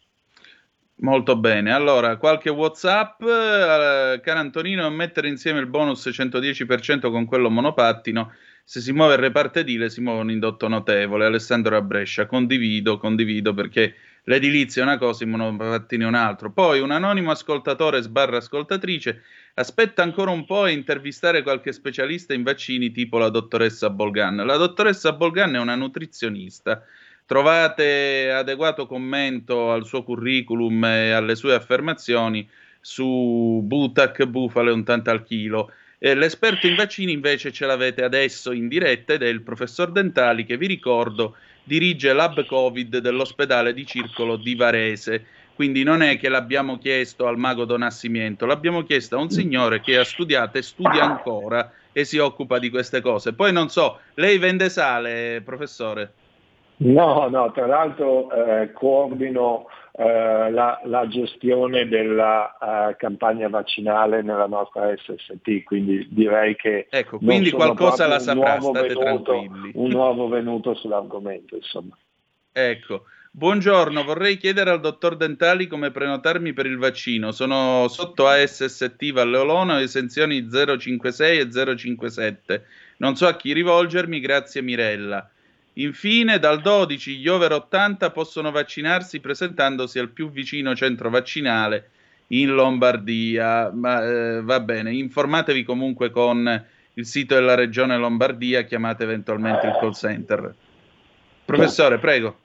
Molto bene, allora qualche WhatsApp, caro Antonino, mettere insieme il bonus 110% con quello monopattino, se si muove il reparto edile si muove un indotto notevole. Alessandro a Brescia, condivido perché l'edilizia è una cosa, i monopattini è un altro. Poi un anonimo ascoltatore / ascoltatrice aspetta ancora un po' e intervistare qualche specialista in vaccini tipo la dottoressa Bolgan. La dottoressa Bolgan è una nutrizionista. Trovate adeguato commento al suo curriculum e alle sue affermazioni su Butac, bufale un tanto al chilo. L'esperto in vaccini invece ce l'avete adesso in diretta, ed è il professor Dentali, che vi ricordo dirige l'hub Covid dell'ospedale di Circolo di Varese. Quindi non è che l'abbiamo chiesto al mago Don Nascimento, l'abbiamo chiesto a un signore che ha studiato e studia ancora e si occupa di queste cose. Poi non so, lei vende sale, professore? No, tra l'altro coordino la gestione della campagna vaccinale nella nostra SST, quindi direi che ecco, quindi qualcosa la saprà, state tranquilli. Un nuovo venuto sull'argomento, insomma. Ecco, buongiorno, vorrei chiedere al dottor Dentali come prenotarmi per il vaccino. Sono sotto ASST Valle Olona, esenzioni 056 e 057. Non so a chi rivolgermi, grazie Mirella. Infine, dal 12 gli over 80 possono vaccinarsi presentandosi al più vicino centro vaccinale in Lombardia. Va bene, informatevi comunque con il sito della Regione Lombardia, chiamate eventualmente il call center. Professore, prego.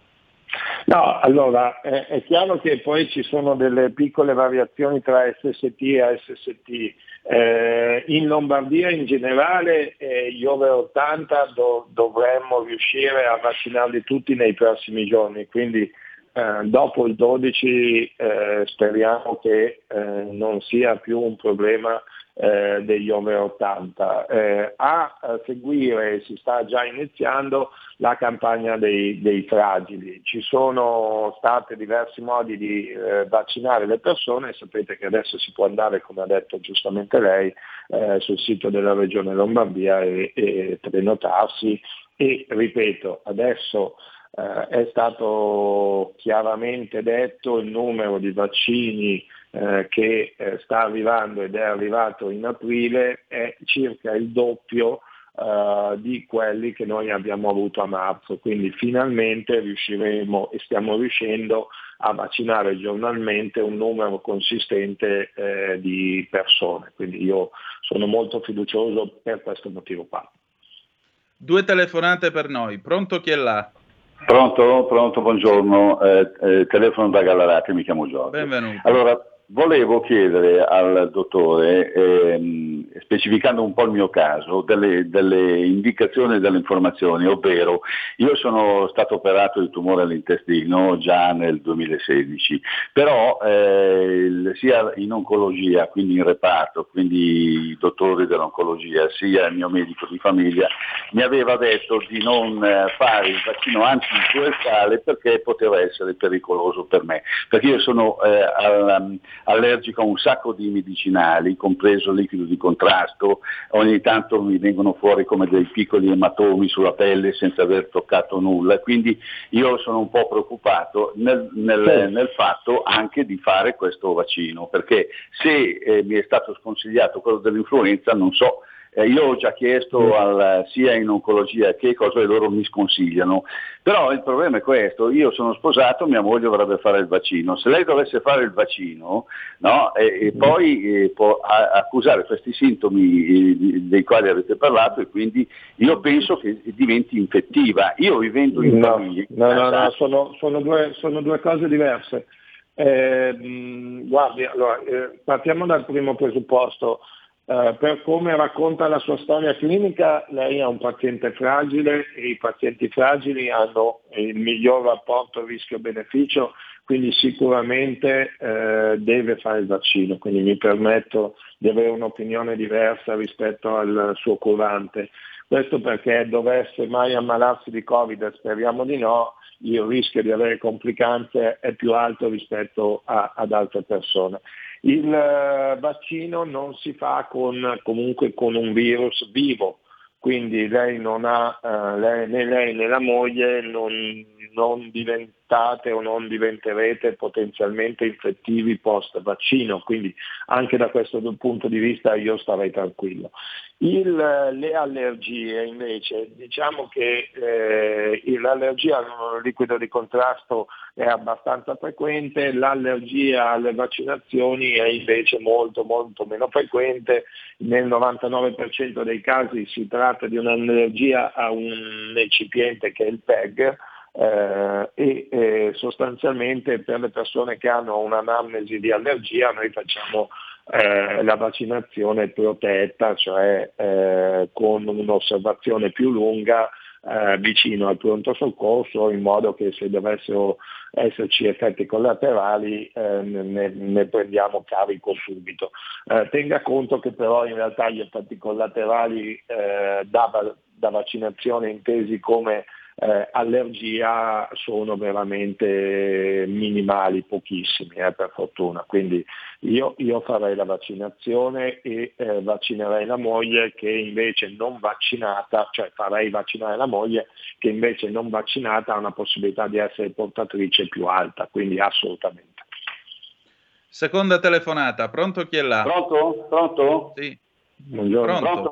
No, allora, è chiaro che poi ci sono delle piccole variazioni tra SST e ASST. In Lombardia in generale gli over 80 dovremmo riuscire a vaccinarli tutti nei prossimi giorni, quindi dopo il 12 speriamo che non sia più un problema degli over 80. A seguire si sta già iniziando la campagna dei fragili. Ci sono stati diversi modi di vaccinare le persone. Sapete che adesso si può andare, come ha detto giustamente lei, sul sito della Regione Lombardia e prenotarsi, e ripeto, adesso è stato chiaramente detto il numero di vaccini che sta arrivando ed è arrivato in aprile è circa il doppio di quelli che noi abbiamo avuto a marzo, quindi finalmente riusciremo e stiamo riuscendo a vaccinare giornalmente un numero consistente di persone, quindi io sono molto fiducioso per questo motivo qua. 2 telefonate per noi, pronto, chi è là? Pronto, buongiorno, telefono da Gallarate, mi chiamo Giorgio. Benvenuto. Allora, volevo chiedere al dottore, specificando un po' il mio caso, delle indicazioni e delle informazioni, ovvero io sono stato operato di tumore all'intestino già nel 2016, però sia in oncologia, quindi in reparto, quindi i dottori dell'oncologia, sia il mio medico di famiglia, mi aveva detto di non fare il vaccino anti-influenzale perché poteva essere pericoloso per me, perché io sono allergico a un sacco di medicinali, compreso il liquido di contrasto, ogni tanto mi vengono fuori come dei piccoli ematomi sulla pelle senza aver toccato nulla, quindi io sono un po' preoccupato nel fatto anche di fare questo vaccino, perché se mi è stato sconsigliato quello dell'influenza, non so, io ho già chiesto sia in oncologia che cosa loro mi sconsigliano, però il problema è questo: io sono sposato, mia moglie vorrebbe fare il vaccino, se lei dovesse fare il vaccino, no, e poi può accusare questi sintomi dei quali avete parlato, e quindi io penso che diventi infettiva. Io vivendo in famiglia... No, sono due cose diverse. Guardi, allora, partiamo dal primo presupposto. Per come racconta la sua storia clinica, lei è un paziente fragile e i pazienti fragili hanno il miglior rapporto rischio-beneficio, quindi sicuramente deve fare il vaccino, quindi mi permetto di avere un'opinione diversa rispetto al suo curante. Questo perché dovesse mai ammalarsi di Covid, speriamo di no, il rischio di avere complicanze è più alto rispetto ad altre persone. Il vaccino non si fa comunque con un virus vivo, quindi lei non ha, né lei né la moglie non diventate o non diventerete potenzialmente infettivi post vaccino, quindi anche da questo punto di vista io starei tranquillo. Le allergie invece, diciamo che l'allergia al liquido di contrasto è abbastanza frequente, l'allergia alle vaccinazioni è invece molto molto meno frequente, nel 99% dei casi si tratta di un'allergia a un eccipiente che è il PEG, e sostanzialmente per le persone che hanno un'anamnesi di allergia noi facciamo la vaccinazione protetta, cioè con un'osservazione più lunga vicino al pronto soccorso, in modo che se dovessero esserci effetti collaterali ne prendiamo carico subito. Tenga conto che però in realtà gli effetti collaterali da vaccinazione intesi come allergia sono veramente minimali, pochissimi, per fortuna. Quindi io farei la vaccinazione e vaccinerei la moglie che invece non vaccinata, cioè farei vaccinare la moglie che invece non vaccinata ha una possibilità di essere portatrice più alta, quindi assolutamente. Seconda telefonata, pronto, chi è là? Pronto? Sì. Buongiorno. Pronto?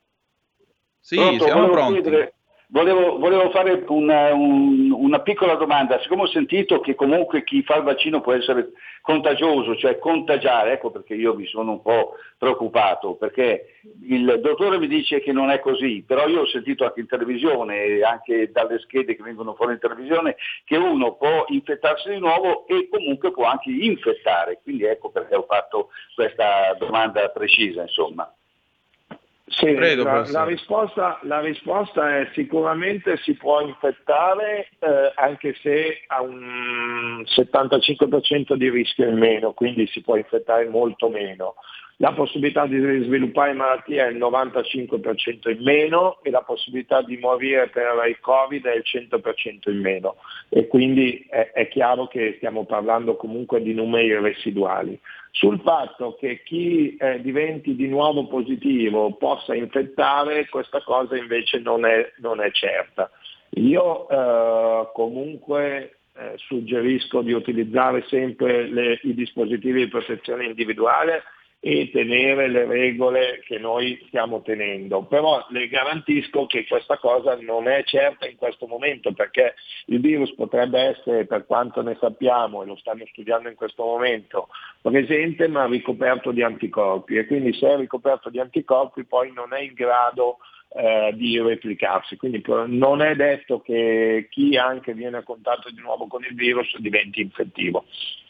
Sì, siamo pronti. Volevo fare una piccola domanda, siccome ho sentito che comunque chi fa il vaccino può essere contagioso, cioè contagiare, ecco perché io mi sono un po' preoccupato, perché il dottore mi dice che non è così, però io ho sentito anche in televisione e anche dalle schede che vengono fuori in televisione che uno può infettarsi di nuovo e comunque può anche infettare, quindi ecco perché ho fatto questa domanda precisa, insomma. Sì, prego, la risposta è sicuramente si può infettare anche se ha un 75% di rischio in meno, quindi si può infettare molto meno. La possibilità di sviluppare malattia è il 95% in meno e la possibilità di morire per il Covid è il 100% in meno, e quindi è chiaro che stiamo parlando comunque di numeri residuali. Sul fatto che chi diventi di nuovo positivo possa infettare, questa cosa invece non è certa. Io comunque suggerisco di utilizzare sempre i dispositivi di protezione individuale e tenere le regole che noi stiamo tenendo, però le garantisco che questa cosa non è certa in questo momento, perché il virus potrebbe essere, per quanto ne sappiamo e lo stanno studiando in questo momento, presente ma ricoperto di anticorpi, e quindi se è ricoperto di anticorpi poi non è in grado di replicarsi, quindi non è detto che chi anche viene a contatto di nuovo con il virus diventi infettivo.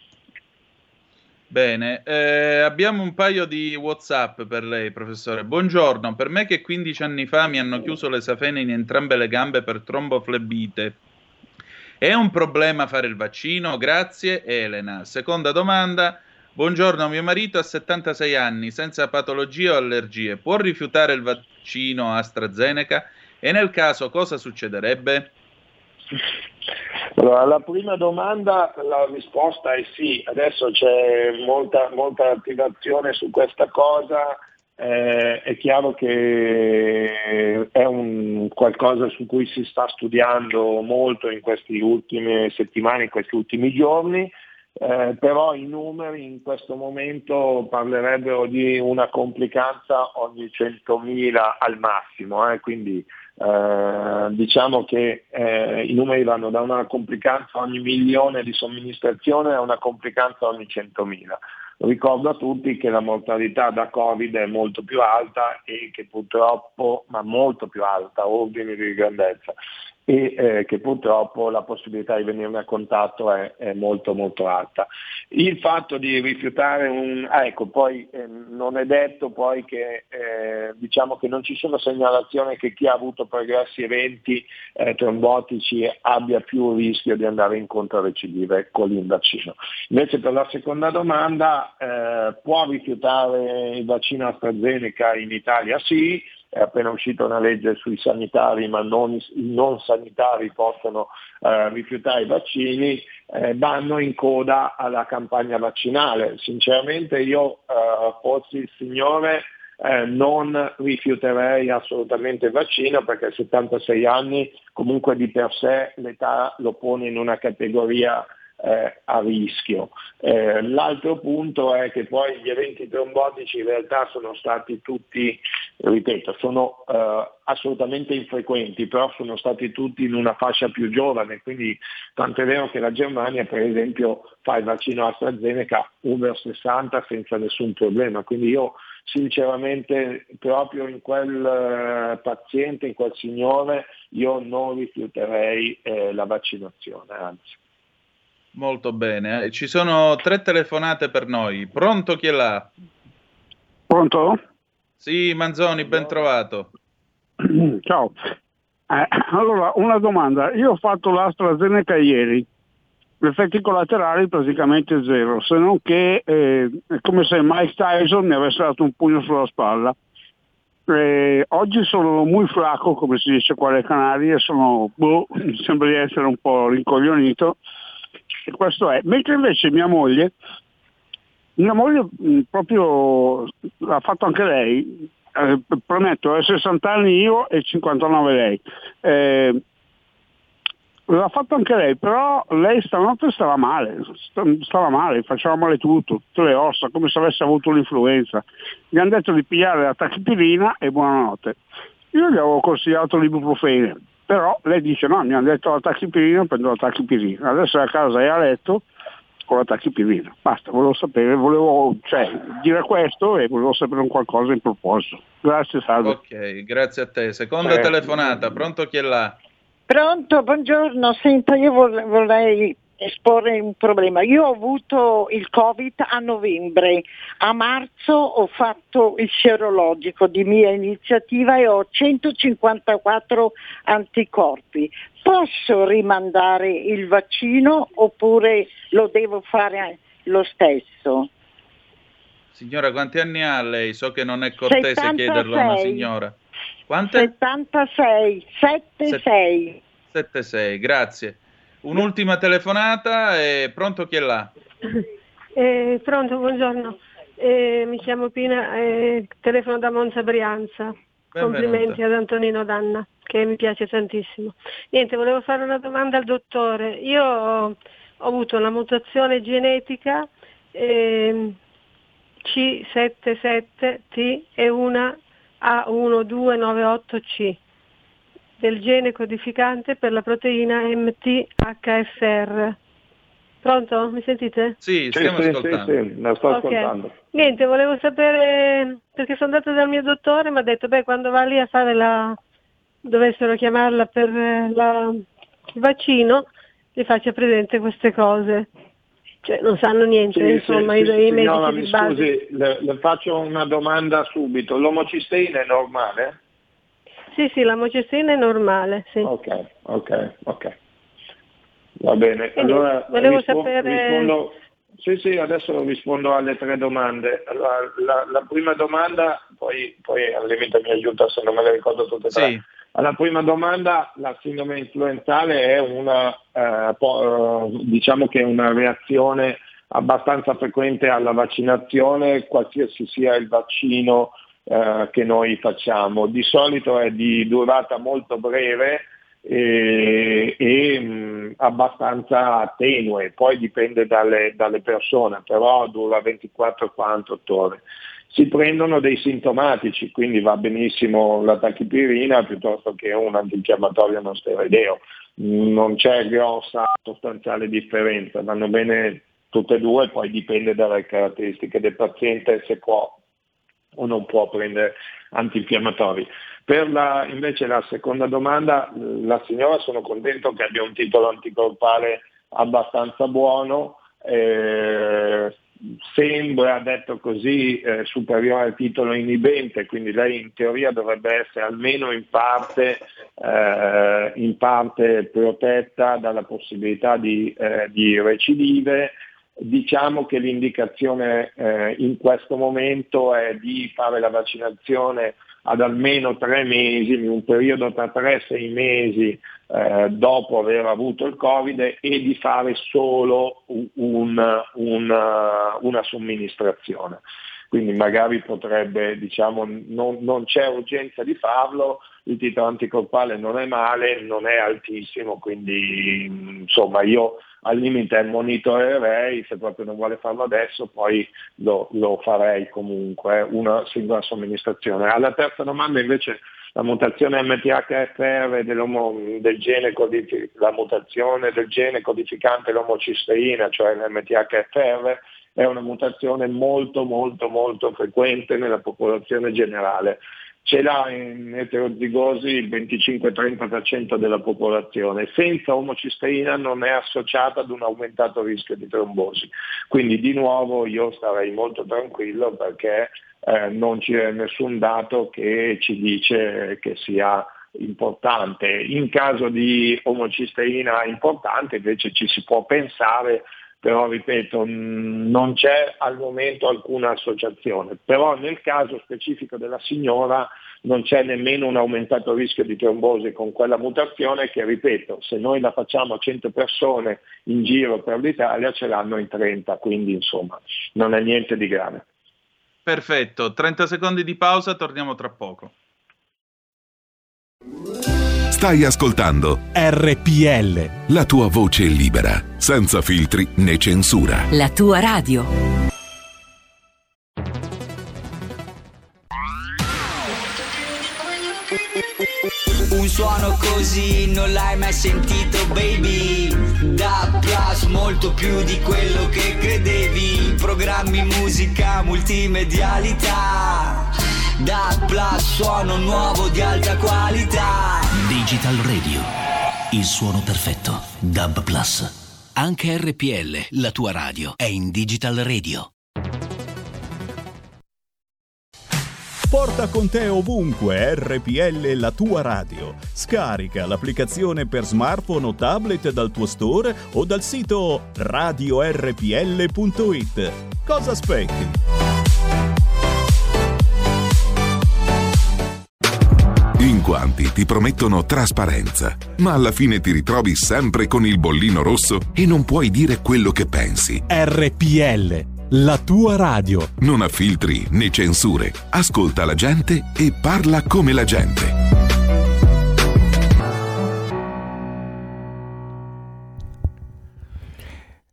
Bene, abbiamo un paio di WhatsApp per lei, professore. Buongiorno, per me che 15 anni fa mi hanno chiuso le safene in entrambe le gambe per tromboflebite. È un problema fare il vaccino? Grazie, Elena. Seconda domanda. Buongiorno, mio marito ha 76 anni, senza patologie o allergie. Può rifiutare il vaccino AstraZeneca? E nel caso cosa succederebbe? Allora, alla prima domanda la risposta è sì, adesso c'è molta attivazione su questa cosa, è chiaro che è qualcosa su cui si sta studiando molto in queste ultime settimane, in questi ultimi giorni, però i numeri in questo momento parlerebbero di una complicanza ogni 100.000 al massimo, quindi diciamo che i numeri vanno da una complicanza ogni 1.000.000 di somministrazione a una complicanza ogni 100.000. Ricordo a tutti che la mortalità da Covid è molto più alta e che purtroppo, ma molto più alta, ordini di grandezza, e che purtroppo la possibilità di venirne a contatto è molto molto alta. Il fatto di rifiutare poi non è detto poi che diciamo che non ci sono segnalazioni che chi ha avuto pregressi eventi trombotici abbia più rischio di andare incontro a recidive con il vaccino. Invece per la seconda domanda, può rifiutare il vaccino AstraZeneca in Italia? Sì. È appena uscita una legge sui sanitari, ma i non sanitari possono rifiutare i vaccini, vanno in coda alla campagna vaccinale. Sinceramente io, fossi il signore, non rifiuterei assolutamente il vaccino, perché a 76 anni comunque di per sé l'età lo pone in una categoria a rischio. L'altro punto è che poi gli eventi trombotici in realtà sono stati tutti, ripeto, sono assolutamente infrequenti, però sono stati tutti in una fascia più giovane, quindi tanto è vero che la Germania per esempio fa il vaccino AstraZeneca over 60 senza nessun problema, quindi io sinceramente proprio in quel paziente, in quel signore, io non rifiuterei la vaccinazione, anzi. Molto bene, ci sono 3 telefonate per noi. Pronto, chi è là? Pronto? Sì, Manzoni, ben trovato. Ciao. Allora, una domanda. Io ho fatto l'AstraZeneca ieri. Gli effetti collaterali praticamente zero, se non che è come se Mike Tyson mi avesse dato un pugno sulla spalla. Oggi sono molto flacco, come si dice qua alle Canarie, sembra di essere un po' rincoglionito. E questo è. Mentre invece mia moglie proprio l'ha fatto anche lei, prometto, 60 anni io e 59 lei. L'ha fatto anche lei, però lei stanotte stava male, faceva male tutto, tutte le ossa, come se avesse avuto l'influenza. Gli hanno detto di pigliare la tachipirina e buonanotte. Io gli avevo consigliato l'ibuprofene, però lei dice no, mi hanno detto la tachipirina, prendo la tachipirina. Adesso è a casa e a letto con la tachipirina. Basta, volevo dire questo e volevo sapere un qualcosa in proposito. Grazie, salve. Ok, grazie a te. Seconda telefonata, pronto, chi è là? Pronto, buongiorno. Senta, io vorrei esporre un problema. Io ho avuto il Covid a novembre, a marzo ho fatto il sierologico di mia iniziativa e ho 154 anticorpi. Posso rimandare il vaccino oppure lo devo fare lo stesso? Signora, quanti anni ha lei? So che non è cortese 76. Chiederlo a una signora. Quante? 76, 76, grazie. Un'ultima telefonata, pronto, chi è là? Pronto, buongiorno. Mi chiamo Pina, telefono da Monza Brianza. Benvenuta. Complimenti ad Antonino Danna, che mi piace tantissimo. Niente, volevo fare una domanda al dottore. Io ho avuto una mutazione genetica, C77T e una A1298C del gene codificante per la proteina MTHFR. Pronto? Mi sentite? Sì, stiamo ascoltando. Sì, la sto ascoltando. Niente, volevo sapere, perché sono andata dal mio dottore, mi ha detto, quando va lì a fare dovessero chiamarla per il vaccino, gli faccia presente queste cose. Cioè, non sanno niente, insomma, i medici di base. Scusi, le faccio una domanda subito. L'omocisteina è normale? Sì, l'omocisteina è normale, sì. Ok. Va bene. Quindi, allora volevo sapere... Sì, adesso rispondo alle 3 domande. Allora, la prima domanda, poi al limite mi aiuta se non me le ricordo tutte e 3. Sì. Alla prima domanda, la sindrome influenzale è diciamo che è una reazione abbastanza frequente alla vaccinazione, qualsiasi sia il vaccino che noi facciamo. Di solito è di durata molto breve e abbastanza tenue, poi dipende dalle persone, però dura 24-48 ore. Si prendono dei sintomatici, quindi va benissimo la tachipirina piuttosto che un antinfiammatorio non steroideo. Non c'è grossa sostanziale differenza, vanno bene tutte e due, poi dipende dalle caratteristiche del paziente se può o non può prendere antinfiammatori. Per invece la seconda domanda, la signora, sono contento che abbia un titolo anticorpale abbastanza buono, sembra, detto così, superiore al titolo inibente, quindi lei in teoria dovrebbe essere almeno in parte protetta dalla possibilità di recidive. Diciamo che l'indicazione in questo momento è di fare la vaccinazione ad almeno 3 mesi, in un periodo tra 3 e 6 mesi dopo aver avuto il Covid, e di fare solo una somministrazione. Quindi magari potrebbe, non c'è urgenza di farlo, il titolo anticorpale non è male, non è altissimo, quindi insomma io al limite monitorerei, se proprio non vuole farlo adesso poi lo farei comunque, una singola somministrazione. Alla terza domanda invece, la mutazione MTHFR del gene la mutazione del gene codificante l'omocisteina, cioè l'MTHFR, è una mutazione molto molto molto frequente nella popolazione generale. Ce l'ha in eterozigosi il 25-30% della popolazione. Senza omocisteina non è associata ad un aumentato rischio di trombosi. Quindi di nuovo io starei molto tranquillo, perché non c'è nessun dato che ci dice che sia importante. In caso di omocisteina importante invece ci si può pensare, però ripeto, non c'è al momento alcuna associazione. Però nel caso specifico della signora non c'è nemmeno un aumentato rischio di trombosi con quella mutazione che, ripeto, se noi la facciamo a 100 persone in giro per l'Italia ce l'hanno in 30, quindi insomma non è niente di grave. Perfetto, 30 secondi di pausa, torniamo tra poco. Stai ascoltando RPL, la tua voce libera, senza filtri né censura. La tua radio. Un suono così non l'hai mai sentito, baby. Da Plus, molto più di quello che credevi. Programmi, musica, multimedialità. Da Plus, suono nuovo di alta qualità. Digital Radio, il suono perfetto. DAB Plus. Anche RPL, la tua radio, è in Digital Radio. Porta con te ovunque RPL, la tua radio. Scarica l'applicazione per smartphone o tablet dal tuo store o dal sito radiorpl.it. Cosa aspetti? In quanti ti promettono trasparenza, ma alla fine ti ritrovi sempre con il bollino rosso e non puoi dire quello che pensi. RPL, la tua radio. Non ha filtri né censure. Ascolta la gente e parla come la gente.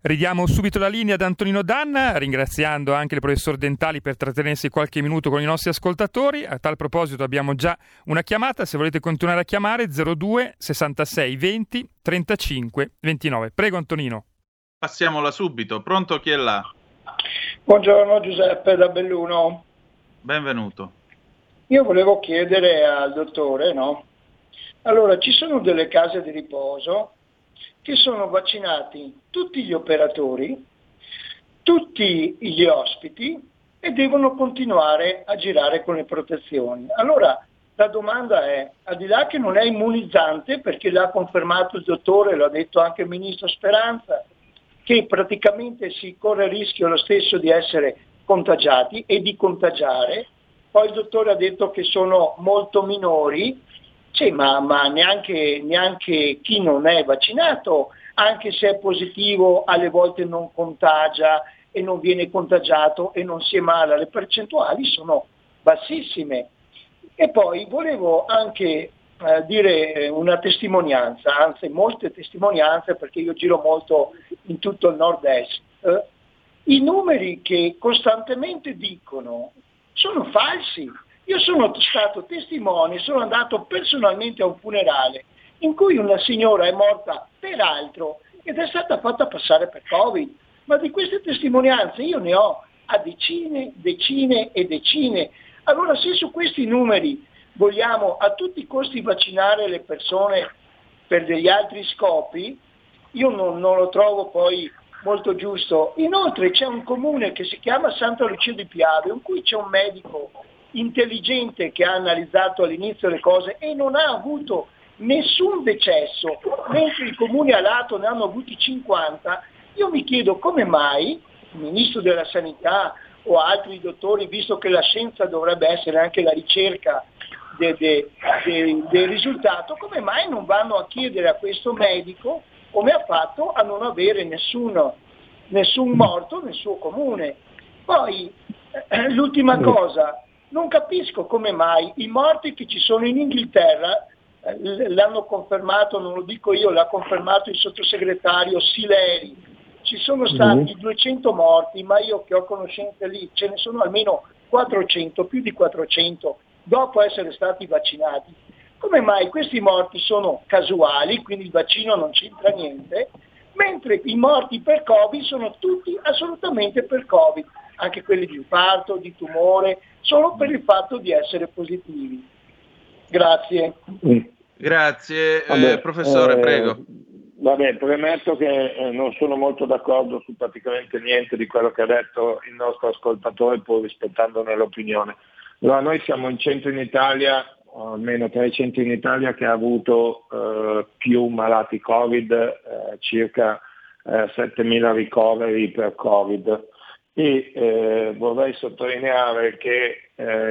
Ridiamo subito la linea ad Antonino Danna, ringraziando anche il professor Dentali per trattenersi qualche minuto con i nostri ascoltatori. A tal proposito abbiamo già una chiamata, se volete continuare a chiamare 02 66 20 35 29. Prego Antonino. Passiamola subito, pronto, chi è là? Buongiorno, Giuseppe da Belluno. Benvenuto. Io volevo chiedere al dottore, no? Allora, ci sono delle case di riposo che sono vaccinati tutti gli operatori, tutti gli ospiti e devono continuare a girare con le protezioni. Allora la domanda è, al di là che non è immunizzante, perché l'ha confermato il dottore, l'ha detto anche il ministro Speranza, che praticamente si corre il rischio lo stesso di essere contagiati e di contagiare, poi il dottore ha detto che sono molto minori. Sì, ma neanche chi non è vaccinato, anche se è positivo, alle volte non contagia e non viene contagiato e non si ammala. Le percentuali sono bassissime. E poi volevo anche dire una testimonianza, anzi molte testimonianze, perché io giro molto in tutto il nord-est. I numeri che costantemente dicono sono falsi. Io sono stato testimone, sono andato personalmente a un funerale in cui una signora è morta per altro ed è stata fatta passare per Covid. Ma di queste testimonianze io ne ho a decine e decine. Allora se su questi numeri vogliamo a tutti i costi vaccinare le persone per degli altri scopi, io non lo trovo poi molto giusto. Inoltre c'è un comune che si chiama Santa Lucia di Piave, in cui c'è un medico intelligente che ha analizzato all'inizio le cose e non ha avuto nessun decesso, mentre i comuni a lato ne hanno avuti 50. Io mi chiedo come mai il ministro della sanità o altri dottori, visto che la scienza dovrebbe essere anche la ricerca del risultato, come mai non vanno a chiedere a questo medico, come ha fatto, a non avere nessun morto nel suo comune. Poi l'ultima cosa, non capisco come mai i morti che ci sono in Inghilterra, l'hanno confermato, non lo dico io, l'ha confermato il sottosegretario Sileri, ci sono stati 200 morti, ma io che ho conoscenze lì, ce ne sono almeno 400, più di 400, dopo essere stati vaccinati. Come mai questi morti sono casuali, quindi il vaccino non c'entra niente, mentre i morti per Covid sono tutti assolutamente per Covid, anche quelli di infarto, di tumore, solo per il fatto di essere positivi. Grazie. Grazie. Professore, prego. Vabbè, premetto che non sono molto d'accordo su praticamente niente di quello che ha detto il nostro ascoltatore, pur rispettandone l'opinione. Allora, noi siamo un centro in Italia, o almeno 3 centri in Italia, che ha avuto più malati Covid, circa 7.000 ricoveri per Covid. E vorrei sottolineare che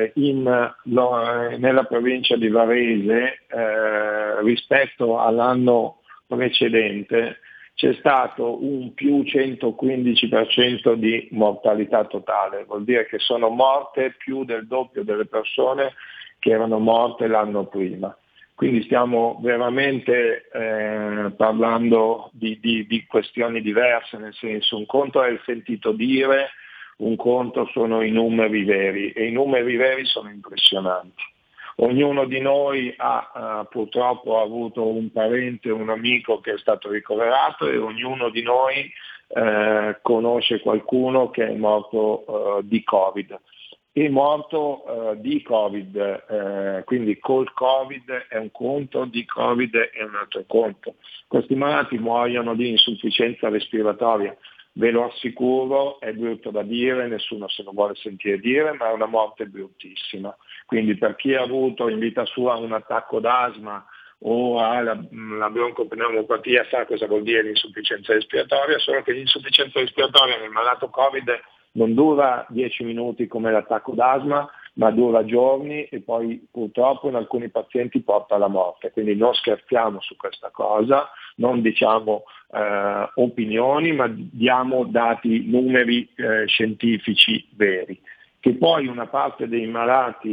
nella provincia di Varese, rispetto all'anno precedente, c'è stato un più 115% di mortalità totale, vuol dire che sono morte più del doppio delle persone che erano morte l'anno prima. Quindi stiamo veramente parlando di questioni diverse, nel senso, un conto è il sentito dire, un conto sono i numeri veri, e i numeri veri sono impressionanti. Ognuno di noi ha purtroppo avuto un parente, un amico che è stato ricoverato, e ognuno di noi conosce qualcuno che è morto di Covid. È morto di Covid, quindi col Covid è un conto, di Covid è un altro conto. Questi malati muoiono di insufficienza respiratoria, ve lo assicuro, è brutto da dire, nessuno se lo vuole sentire dire, ma è una morte bruttissima. Quindi per chi ha avuto in vita sua un attacco d'asma o ha la broncopneumopatia sa cosa vuol dire l'insufficienza respiratoria, solo che l'insufficienza respiratoria nel malato Covid non dura 10 minuti come l'attacco d'asma, ma dura giorni e poi purtroppo in alcuni pazienti porta alla morte. Quindi non scherziamo su questa cosa, non diciamo opinioni, ma diamo dati, numeri scientifici veri. Che poi una parte dei malati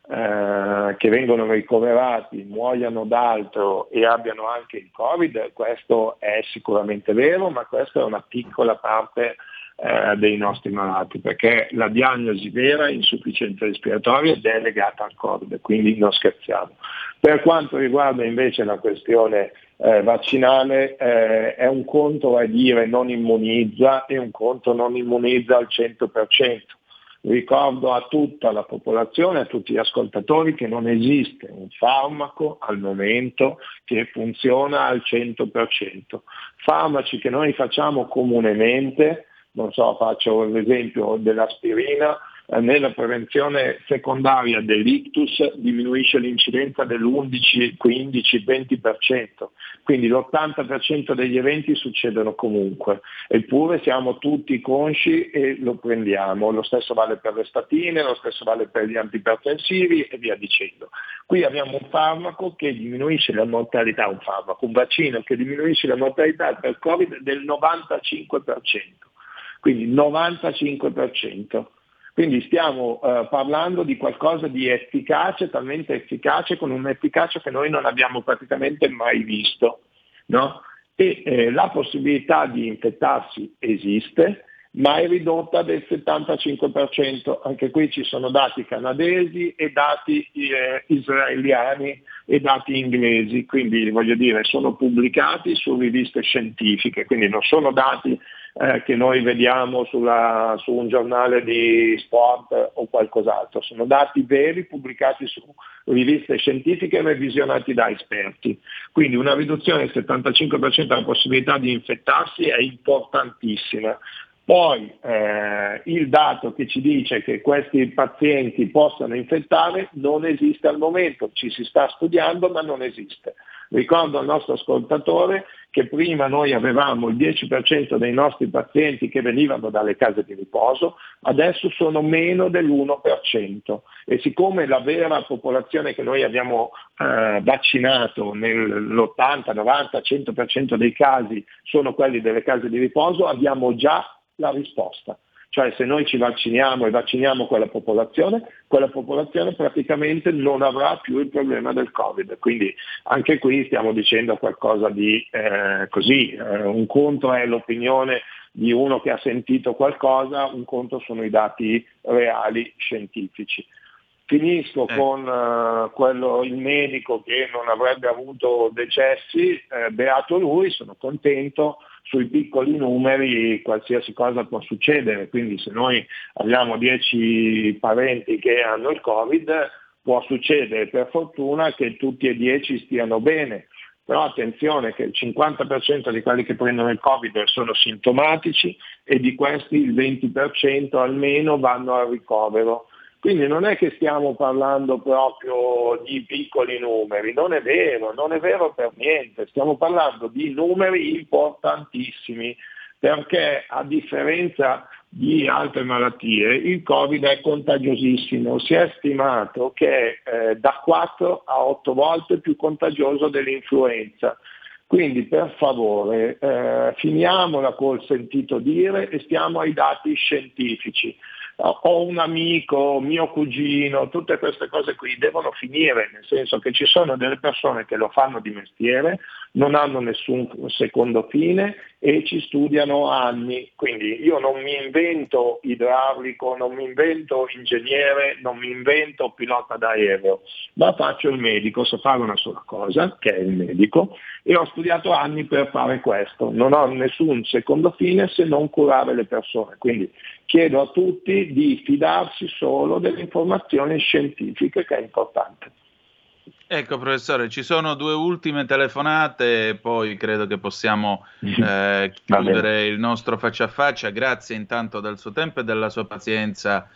che vengono ricoverati muoiano d'altro e abbiano anche il Covid, questo è sicuramente vero, ma questa è una piccola parte dei nostri malati, perché la diagnosi vera è insufficienza respiratoria ed è legata al Covid, quindi non scherziamo. Per quanto riguarda invece la questione vaccinale, è un conto a dire non immunizza e un conto non immunizza al 100%. Ricordo a tutta la popolazione, a tutti gli ascoltatori, che non esiste un farmaco al momento che funziona al 100%. Farmaci che noi facciamo comunemente, non so, faccio l'esempio dell'aspirina, nella prevenzione secondaria dell'ictus diminuisce l'incidenza dell'11, 15, 20%, quindi l'80% degli eventi succedono comunque, eppure siamo tutti consci e lo prendiamo. Lo stesso vale per le statine, lo stesso vale per gli antipertensivi e via dicendo. Qui abbiamo un farmaco che diminuisce la mortalità, un vaccino che diminuisce la mortalità per Covid del 95%, quindi 95%. Quindi stiamo parlando di qualcosa di efficace, talmente efficace, con un'efficacia che noi non abbiamo praticamente mai visto, no? E la possibilità di infettarsi esiste, ma è ridotta del 75%. Anche qui ci sono dati canadesi e dati israeliani e dati inglesi, quindi voglio dire sono pubblicati su riviste scientifiche, quindi non sono dati che noi vediamo su un giornale di sport o qualcos'altro, sono dati veri pubblicati su riviste scientifiche e revisionati da esperti. Quindi una riduzione del 75% della possibilità di infettarsi è importantissima. Poi il dato che ci dice che questi pazienti possano infettare non esiste al momento, ci si sta studiando ma non esiste. Ricordo al nostro ascoltatore che prima noi avevamo il 10% dei nostri pazienti che venivano dalle case di riposo, adesso sono meno dell'1%, e siccome la vera popolazione che noi abbiamo vaccinato nell'80, 90, 100% dei casi sono quelli delle case di riposo, abbiamo già la risposta. Cioè se noi ci vacciniamo e vacciniamo quella popolazione praticamente non avrà più il problema del Covid. Quindi anche qui stiamo dicendo qualcosa di un conto è l'opinione di uno che ha sentito qualcosa, un conto sono i dati reali scientifici. Finisco con il medico che non avrebbe avuto decessi, beato lui, sono contento. Sui piccoli numeri qualsiasi cosa può succedere, quindi se noi abbiamo 10 parenti che hanno il Covid può succedere per fortuna che tutti e 10 stiano bene, però attenzione che il 50% di quelli che prendono il Covid sono sintomatici e di questi il 20% almeno vanno al ricovero. Quindi non è che stiamo parlando proprio di piccoli numeri, non è vero per niente, stiamo parlando di numeri importantissimi, perché a differenza di altre malattie il Covid è contagiosissimo, si è stimato che è da 4 a 8 volte più contagioso dell'influenza. Quindi per favore finiamola col sentito dire e stiamo ai dati scientifici. Ho un amico, mio cugino, tutte queste cose qui devono finire, nel senso che ci sono delle persone che lo fanno di mestiere, non hanno nessun secondo fine e ci studiano anni. Quindi io non mi invento idraulico, non mi invento ingegnere, non mi invento pilota d'aereo, ma faccio il medico, so fare una sola cosa, che è il medico, e ho studiato anni per fare questo. Non ho nessun secondo fine se non curare le persone. Quindi chiedo a tutti di fidarsi solo delle informazioni scientifiche, che è importante. Ecco professore, ci sono 2 ultime telefonate e poi credo che possiamo chiudere il nostro faccia a faccia. Grazie intanto del suo tempo e della sua pazienza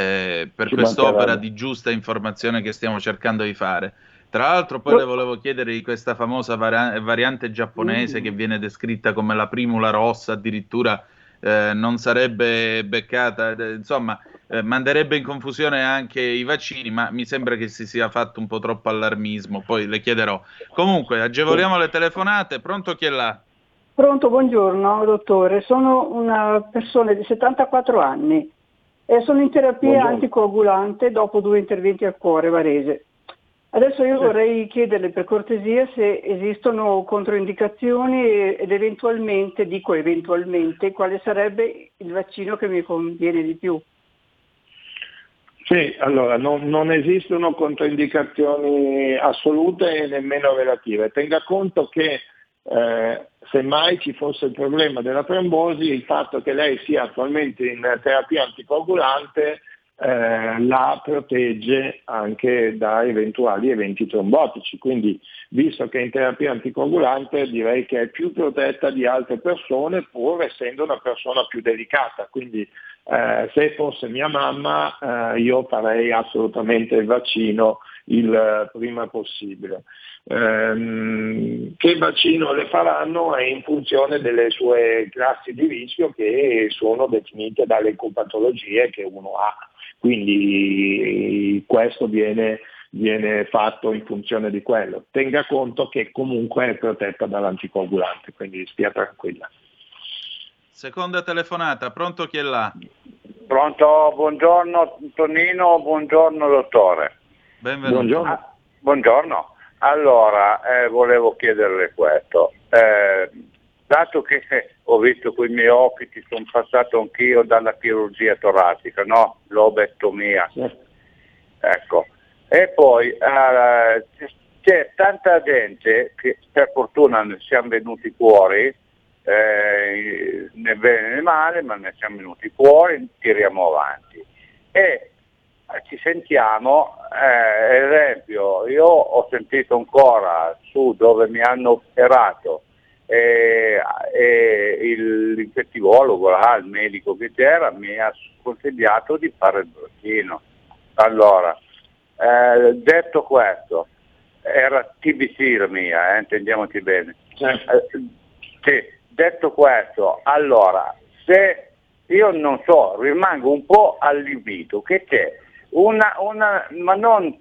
per quest'opera di giusta informazione che stiamo cercando di fare. Tra l'altro poi le volevo chiedere di questa famosa variante giapponese che viene descritta come la primula rossa, addirittura non sarebbe beccata, insomma manderebbe in confusione anche i vaccini, ma mi sembra che si sia fatto un po' troppo allarmismo, poi le chiederò. Comunque agevoliamo le telefonate. Pronto, chi è là? Pronto, buongiorno dottore, sono una persona di 74 anni Sono in terapia anticoagulante dopo 2 interventi al cuore, Varese. Adesso io vorrei chiederle per cortesia se esistono controindicazioni ed eventualmente, dico eventualmente, quale sarebbe il vaccino che mi conviene di più. Sì, allora non esistono controindicazioni assolute e nemmeno relative. Tenga conto che se mai ci fosse il problema della trombosi, il fatto che lei sia attualmente in terapia anticoagulante la protegge anche da eventuali eventi trombotici, quindi visto che è in terapia anticoagulante direi che è più protetta di altre persone, pur essendo una persona più delicata, quindi se fosse mia mamma io farei assolutamente il vaccino il prima possibile. Che vaccino le faranno è in funzione delle sue classi di rischio che sono definite dalle ecopatologie che uno ha, quindi questo viene fatto in funzione di quello. Tenga conto che comunque è protetta dall'anticoagulante, quindi stia tranquilla. Seconda telefonata, pronto, chi è là? Pronto, buongiorno Tonino, buongiorno dottore. Benvenuto. Buongiorno. Buongiorno. Allora, volevo chiederle questo. Dato che ho visto con i miei occhi, ci sono passato anch'io dalla chirurgia toracica, no? Lobectomia. Ecco. E poi c'è tanta gente che per fortuna ne siamo venuti fuori, né bene né male, ma ne siamo venuti fuori, tiriamo avanti. E ci sentiamo, ad esempio, io ho sentito ancora su dove mi hanno operato l'infettivologo, il medico che c'era, mi ha consigliato di fare il vaccino. Allora, detto questo, era TBC la mia, intendiamoci bene. Sì, detto questo, allora, se io non so, rimango un po' allibito che c'è ma non,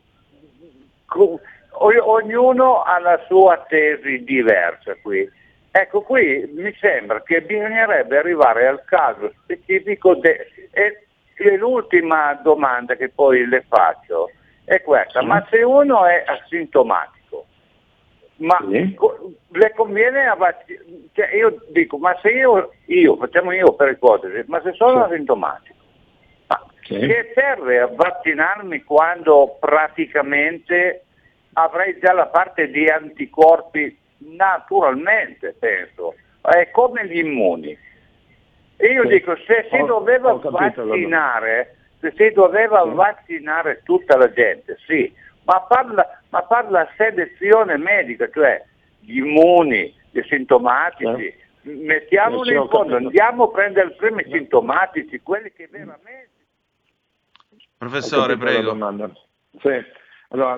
ognuno ha la sua tesi diversa qui. Ecco, qui mi sembra che bisognerebbe arrivare al caso specifico e l'ultima domanda che poi le faccio è questa: ma se uno è asintomatico, ma le conviene cioè io dico, ma se io facciamo io per ipotesi, ma se sono asintomatico, che serve a vaccinarmi quando praticamente avrei già la parte di anticorpi naturalmente, penso, è come gli immuni. Io dico, se si doveva vaccinare, vaccinare tutta la gente, sì, ma parla selezione medica, cioè gli immuni, gli asintomatici, mettiamoli in fondo, andiamo a prendere i primi sintomatici, quelli che veramente... Professore, prego. Sì. Allora,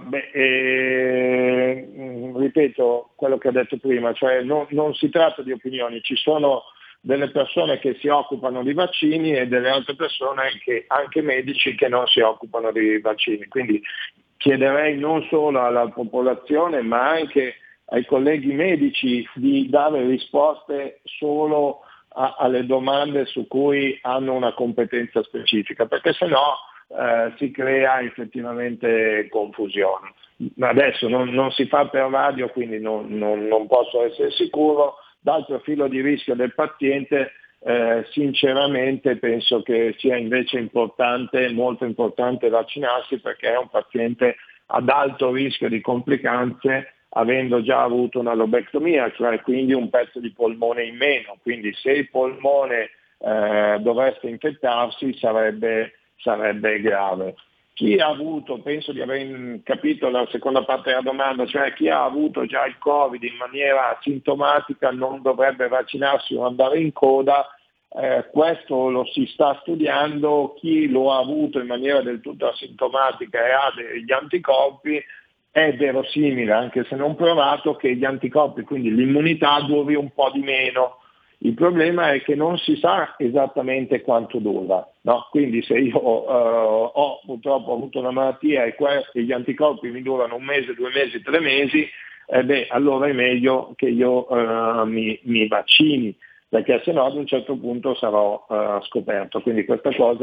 ripeto quello che ho detto prima, cioè non si tratta di opinioni, ci sono delle persone che si occupano di vaccini e delle altre persone, anche medici, che non si occupano di vaccini. Quindi chiederei non solo alla popolazione ma anche ai colleghi medici di dare risposte solo alle domande su cui hanno una competenza specifica, perché sennò si crea effettivamente confusione. Adesso non si fa per radio, quindi non posso essere sicuro. Dal profilo di rischio del paziente, sinceramente penso che sia invece importante, molto importante vaccinarsi, perché è un paziente ad alto rischio di complicanze, avendo già avuto una lobectomia, cioè quindi un pezzo di polmone in meno. Quindi se il polmone dovesse infettarsi sarebbe grave. Chi ha avuto, penso di aver capito la seconda parte della domanda, cioè chi ha avuto già il Covid in maniera asintomatica non dovrebbe vaccinarsi o andare in coda, questo lo si sta studiando. Chi lo ha avuto in maniera del tutto asintomatica e ha degli anticorpi, è verosimile, anche se non provato, che gli anticorpi, quindi l'immunità, duri un po' di meno. Il problema è che non si sa esattamente quanto dura, no? Quindi se io ho purtroppo avuto una malattia e gli anticorpi mi durano 1 mese, 2 mesi, 3 mesi, allora è meglio che io mi vaccini, perché sennò ad un certo punto sarò scoperto. Quindi questa cosa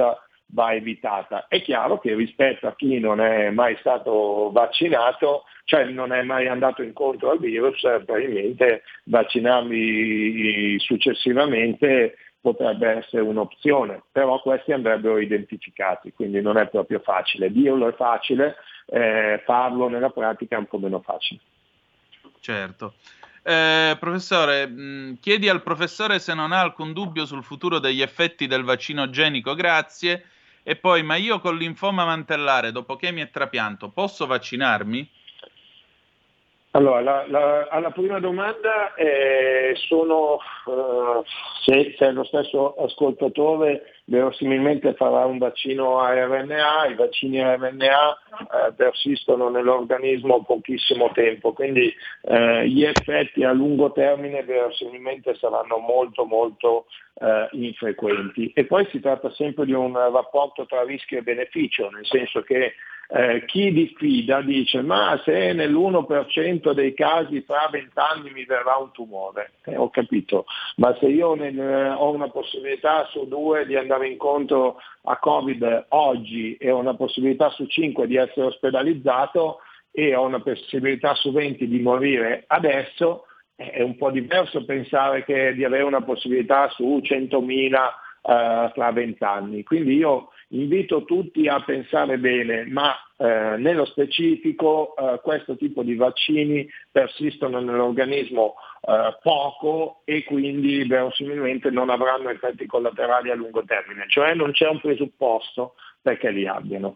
va evitata. È chiaro che rispetto a chi non è mai stato vaccinato, cioè non è mai andato incontro al virus, probabilmente vaccinarli successivamente potrebbe essere un'opzione, però questi andrebbero identificati, quindi non è proprio facile. Dirlo è facile, farlo nella pratica è un po' meno facile. Certo. Professore, chiedi al professore se non ha alcun dubbio sul futuro degli effetti del vaccino genico, grazie. E poi, ma io con linfoma mantellare, dopo chemio e trapianto, posso vaccinarmi? Allora, alla prima domanda se è lo stesso ascoltatore, verosimilmente farà un vaccino a RNA. I vaccini a RNA persistono nell'organismo pochissimo tempo, quindi gli effetti a lungo termine verosimilmente saranno molto molto infrequenti. E poi si tratta sempre di un rapporto tra rischio e beneficio, nel senso che chi diffida dice ma se nell'1% dei casi fra 20 anni mi verrà un tumore, ho capito, ma se io ho una possibilità su 2 di andare incontro a Covid oggi e ho una possibilità su 5 di essere ospedalizzato e ho una possibilità su 20 di morire adesso, è un po' diverso pensare che di avere una possibilità su 100.000 fra 20 anni. Quindi io invito tutti a pensare bene, ma nello specifico questo tipo di vaccini persistono nell'organismo poco e quindi verosimilmente non avranno effetti collaterali a lungo termine, cioè non c'è un presupposto perché li abbiano.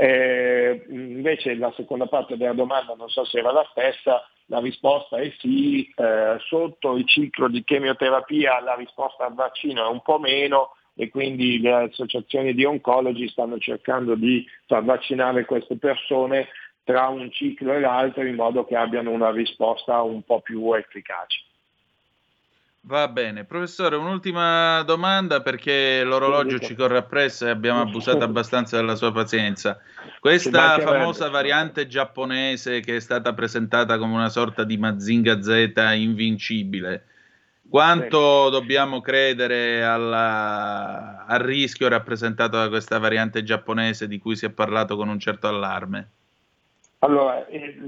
Invece la seconda parte della domanda non so se era la stessa, la risposta è sì, sotto il ciclo di chemioterapia la risposta al vaccino è un po' meno, e quindi le associazioni di oncologi stanno cercando di far vaccinare queste persone tra un ciclo e l'altro in modo che abbiano una risposta un po' più efficace. Va bene. Professore, un'ultima domanda perché l'orologio ci corre appresso e abbiamo abusato abbastanza della sua pazienza. Questa famosa variante giapponese che è stata presentata come una sorta di Mazinga Z invincibile, quanto dobbiamo credere al rischio rappresentato da questa variante giapponese di cui si è parlato con un certo allarme? Allora,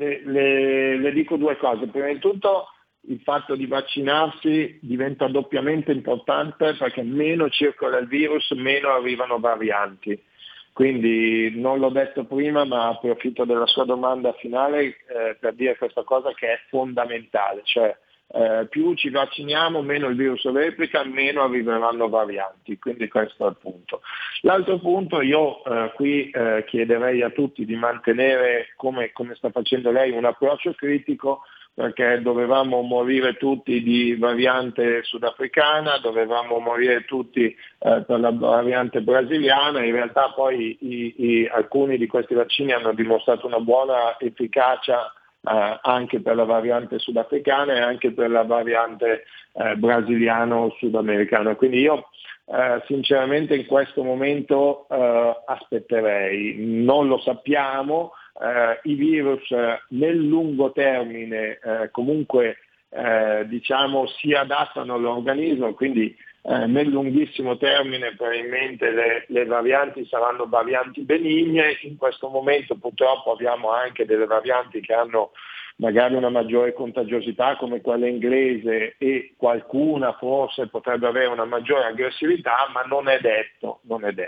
le dico due cose. Prima di tutto il fatto di vaccinarsi diventa doppiamente importante perché meno circola il virus, meno arrivano varianti. Quindi non l'ho detto prima, ma approfitto della sua domanda finale per dire questa cosa che è fondamentale, cioè più ci vacciniamo, meno il virus replica, meno arriveranno varianti, quindi questo è il punto. L'altro punto, io qui chiederei a tutti di mantenere, come sta facendo lei, un approccio critico, perché dovevamo morire tutti di variante sudafricana, dovevamo morire tutti per la variante brasiliana, in realtà poi alcuni di questi vaccini hanno dimostrato una buona efficacia anche per la variante sudafricana e anche per la variante brasiliano-sudamericana. Quindi io sinceramente in questo momento aspetterei, non lo sappiamo, i virus nel lungo termine comunque diciamo si adattano all'organismo, quindi nel lunghissimo termine probabilmente le varianti saranno varianti benigne. In questo momento purtroppo abbiamo anche delle varianti che hanno magari una maggiore contagiosità come quella inglese e qualcuna forse potrebbe avere una maggiore aggressività, ma non è detto.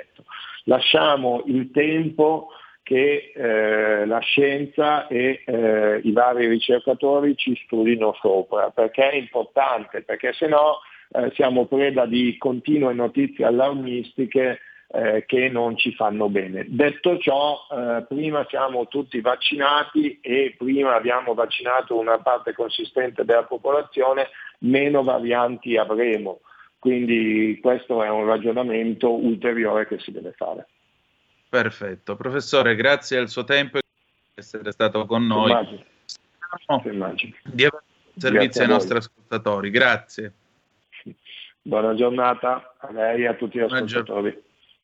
Lasciamo il tempo che la scienza e i vari ricercatori ci studino sopra, perché è importante, perché se no siamo preda di continue notizie allarmistiche che non ci fanno bene. Detto ciò, prima siamo tutti vaccinati e prima abbiamo vaccinato una parte consistente della popolazione, meno varianti avremo. Quindi questo è un ragionamento ulteriore che si deve fare. Perfetto. Professore, grazie al suo tempo e per essere stato con noi. Immagino. Di avere servizio ai nostri ascoltatori. Grazie. Buona giornata a lei e a tutti gli ascoltatori.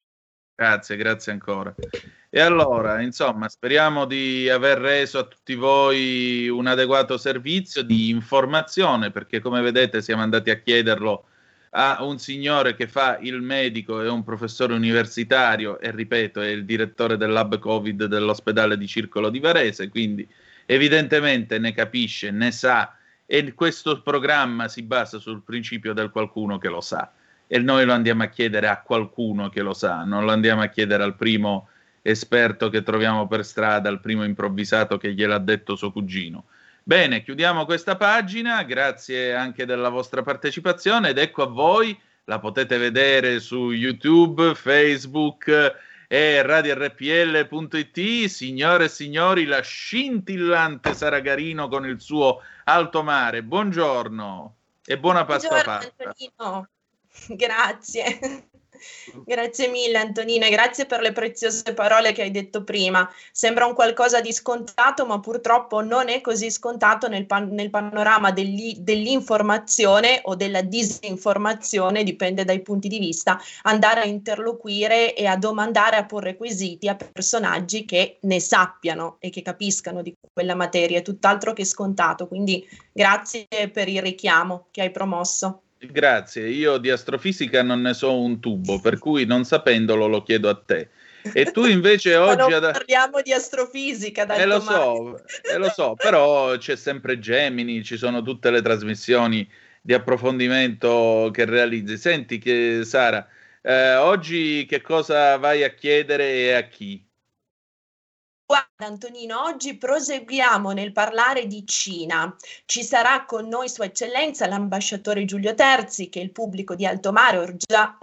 Grazie ancora. E allora, insomma, speriamo di aver reso a tutti voi un adeguato servizio di informazione, perché come vedete siamo andati a chiederlo a un signore che fa il medico, è un professore universitario e, ripeto, è il direttore del lab Covid dell'ospedale di Circolo di Varese, quindi evidentemente ne capisce, ne sa, e questo programma si basa sul principio del qualcuno che lo sa, e noi lo andiamo a chiedere a qualcuno che lo sa, non lo andiamo a chiedere al primo esperto che troviamo per strada, al primo improvvisato che gliel'ha detto suo cugino. Bene, chiudiamo questa pagina, grazie anche della vostra partecipazione, ed ecco a voi, la potete vedere su YouTube, Facebook e radiorpl.it. Signore e signori, la scintillante Sara Garino con il suo Alto Mare. Buongiorno e buona pasta fatta. Antonino. Grazie. Grazie mille Antonino e grazie per le preziose parole che hai detto prima. Sembra un qualcosa di scontato, ma purtroppo non è così scontato nel panorama dell'informazione o della disinformazione, dipende dai punti di vista, andare a interloquire e a domandare, a porre quesiti a personaggi che ne sappiano e che capiscano di quella materia, è tutt'altro che scontato, quindi grazie per il richiamo che hai promosso. Grazie, io di astrofisica non ne so un tubo, per cui non sapendolo lo chiedo a te. E tu invece oggi... Ma non parliamo di astrofisica, lo so, però c'è sempre Gemini, ci sono tutte le trasmissioni di approfondimento che realizzi. Senti, Sara, oggi che cosa vai a chiedere e a chi? Guarda Antonino, oggi proseguiamo nel parlare di Cina. Ci sarà con noi Sua Eccellenza l'ambasciatore Giulio Terzi, che il pubblico di Alto Mare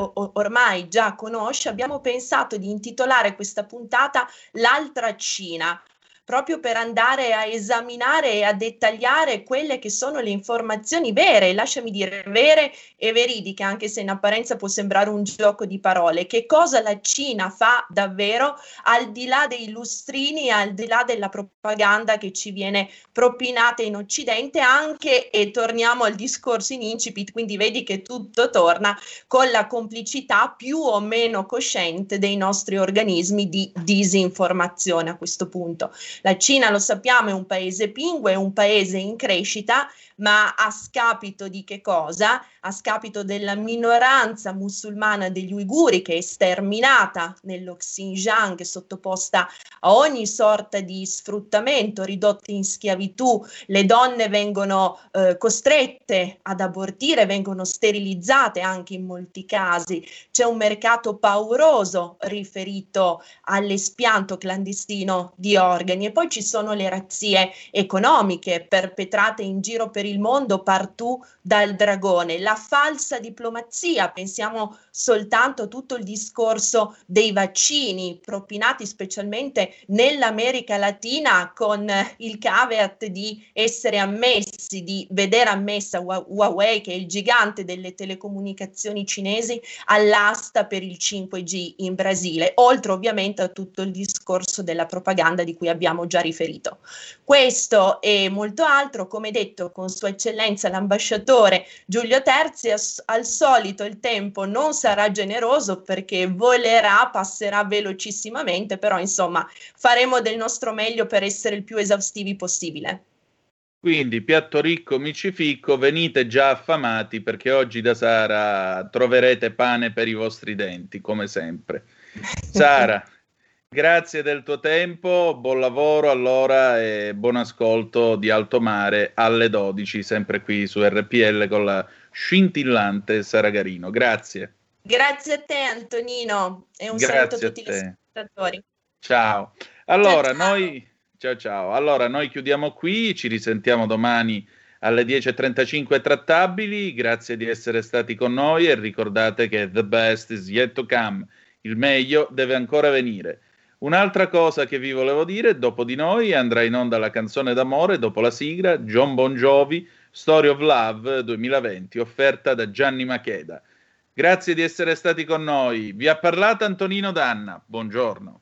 ormai già conosce. Abbiamo pensato di intitolare questa puntata L'altra Cina, proprio per andare a esaminare e a dettagliare quelle che sono le informazioni vere, lasciami dire vere e veridiche, anche se in apparenza può sembrare un gioco di parole. Che cosa la Cina fa davvero, al di là dei lustrini, al di là della propaganda che ci viene propinata in Occidente, anche, e torniamo al discorso in incipit, quindi vedi che tutto torna, con la complicità più o meno cosciente dei nostri organismi di disinformazione a questo punto. La Cina, lo sappiamo, è un paese pingue, è un paese in crescita, ma a scapito di che cosa? A scapito della minoranza musulmana degli uiguri, che è sterminata nello Xinjiang, sottoposta a ogni sorta di sfruttamento, ridotte in schiavitù. Le donne vengono costrette ad abortire, vengono sterilizzate anche in molti casi. C'è un mercato pauroso riferito all'espianto clandestino di organi, e poi ci sono le razzie economiche perpetrate in giro per il mondo, partout dal dragone, la falsa diplomazia. Pensiamo soltanto a tutto il discorso dei vaccini propinati specialmente nell'America Latina, con il caveat di essere ammessi, di vedere ammessa Huawei, che è il gigante delle telecomunicazioni cinesi, all'asta per il 5G in Brasile, oltre ovviamente a tutto il discorso della propaganda di cui abbiamo già riferito. Questo e molto altro, come detto, con Sua Eccellenza l'ambasciatore Giulio Terzi. Al solito il tempo non sarà generoso perché volerà, passerà velocissimamente, però insomma faremo del nostro meglio per essere il più esaustivi possibile. Quindi piatto ricco, micificco, venite già affamati, perché oggi da Sara troverete pane per i vostri denti, come sempre. Sara, grazie del tuo tempo, buon lavoro allora e buon ascolto di Alto Mare alle 12, sempre qui su RPL con la scintillante Sara Garino. Grazie. Grazie a te Antonino e un saluto a tutti gli ascoltatori. Ciao. Allora, ciao. Ciao. Allora, noi chiudiamo qui, ci risentiamo domani alle 10.35 trattabili. Grazie di essere stati con noi e ricordate che the best is yet to come. Il meglio deve ancora venire. Un'altra cosa che vi volevo dire, dopo di noi andrà in onda la canzone d'amore, dopo la sigla, John Bon Jovi, Story of Love 2020, offerta da Gianni Macheda. Grazie di essere stati con noi. Vi ha parlato Antonino Danna. Buongiorno.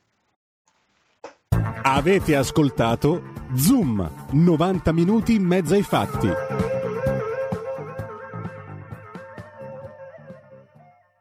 Avete ascoltato Zoom, 90 minuti in mezzo ai fatti.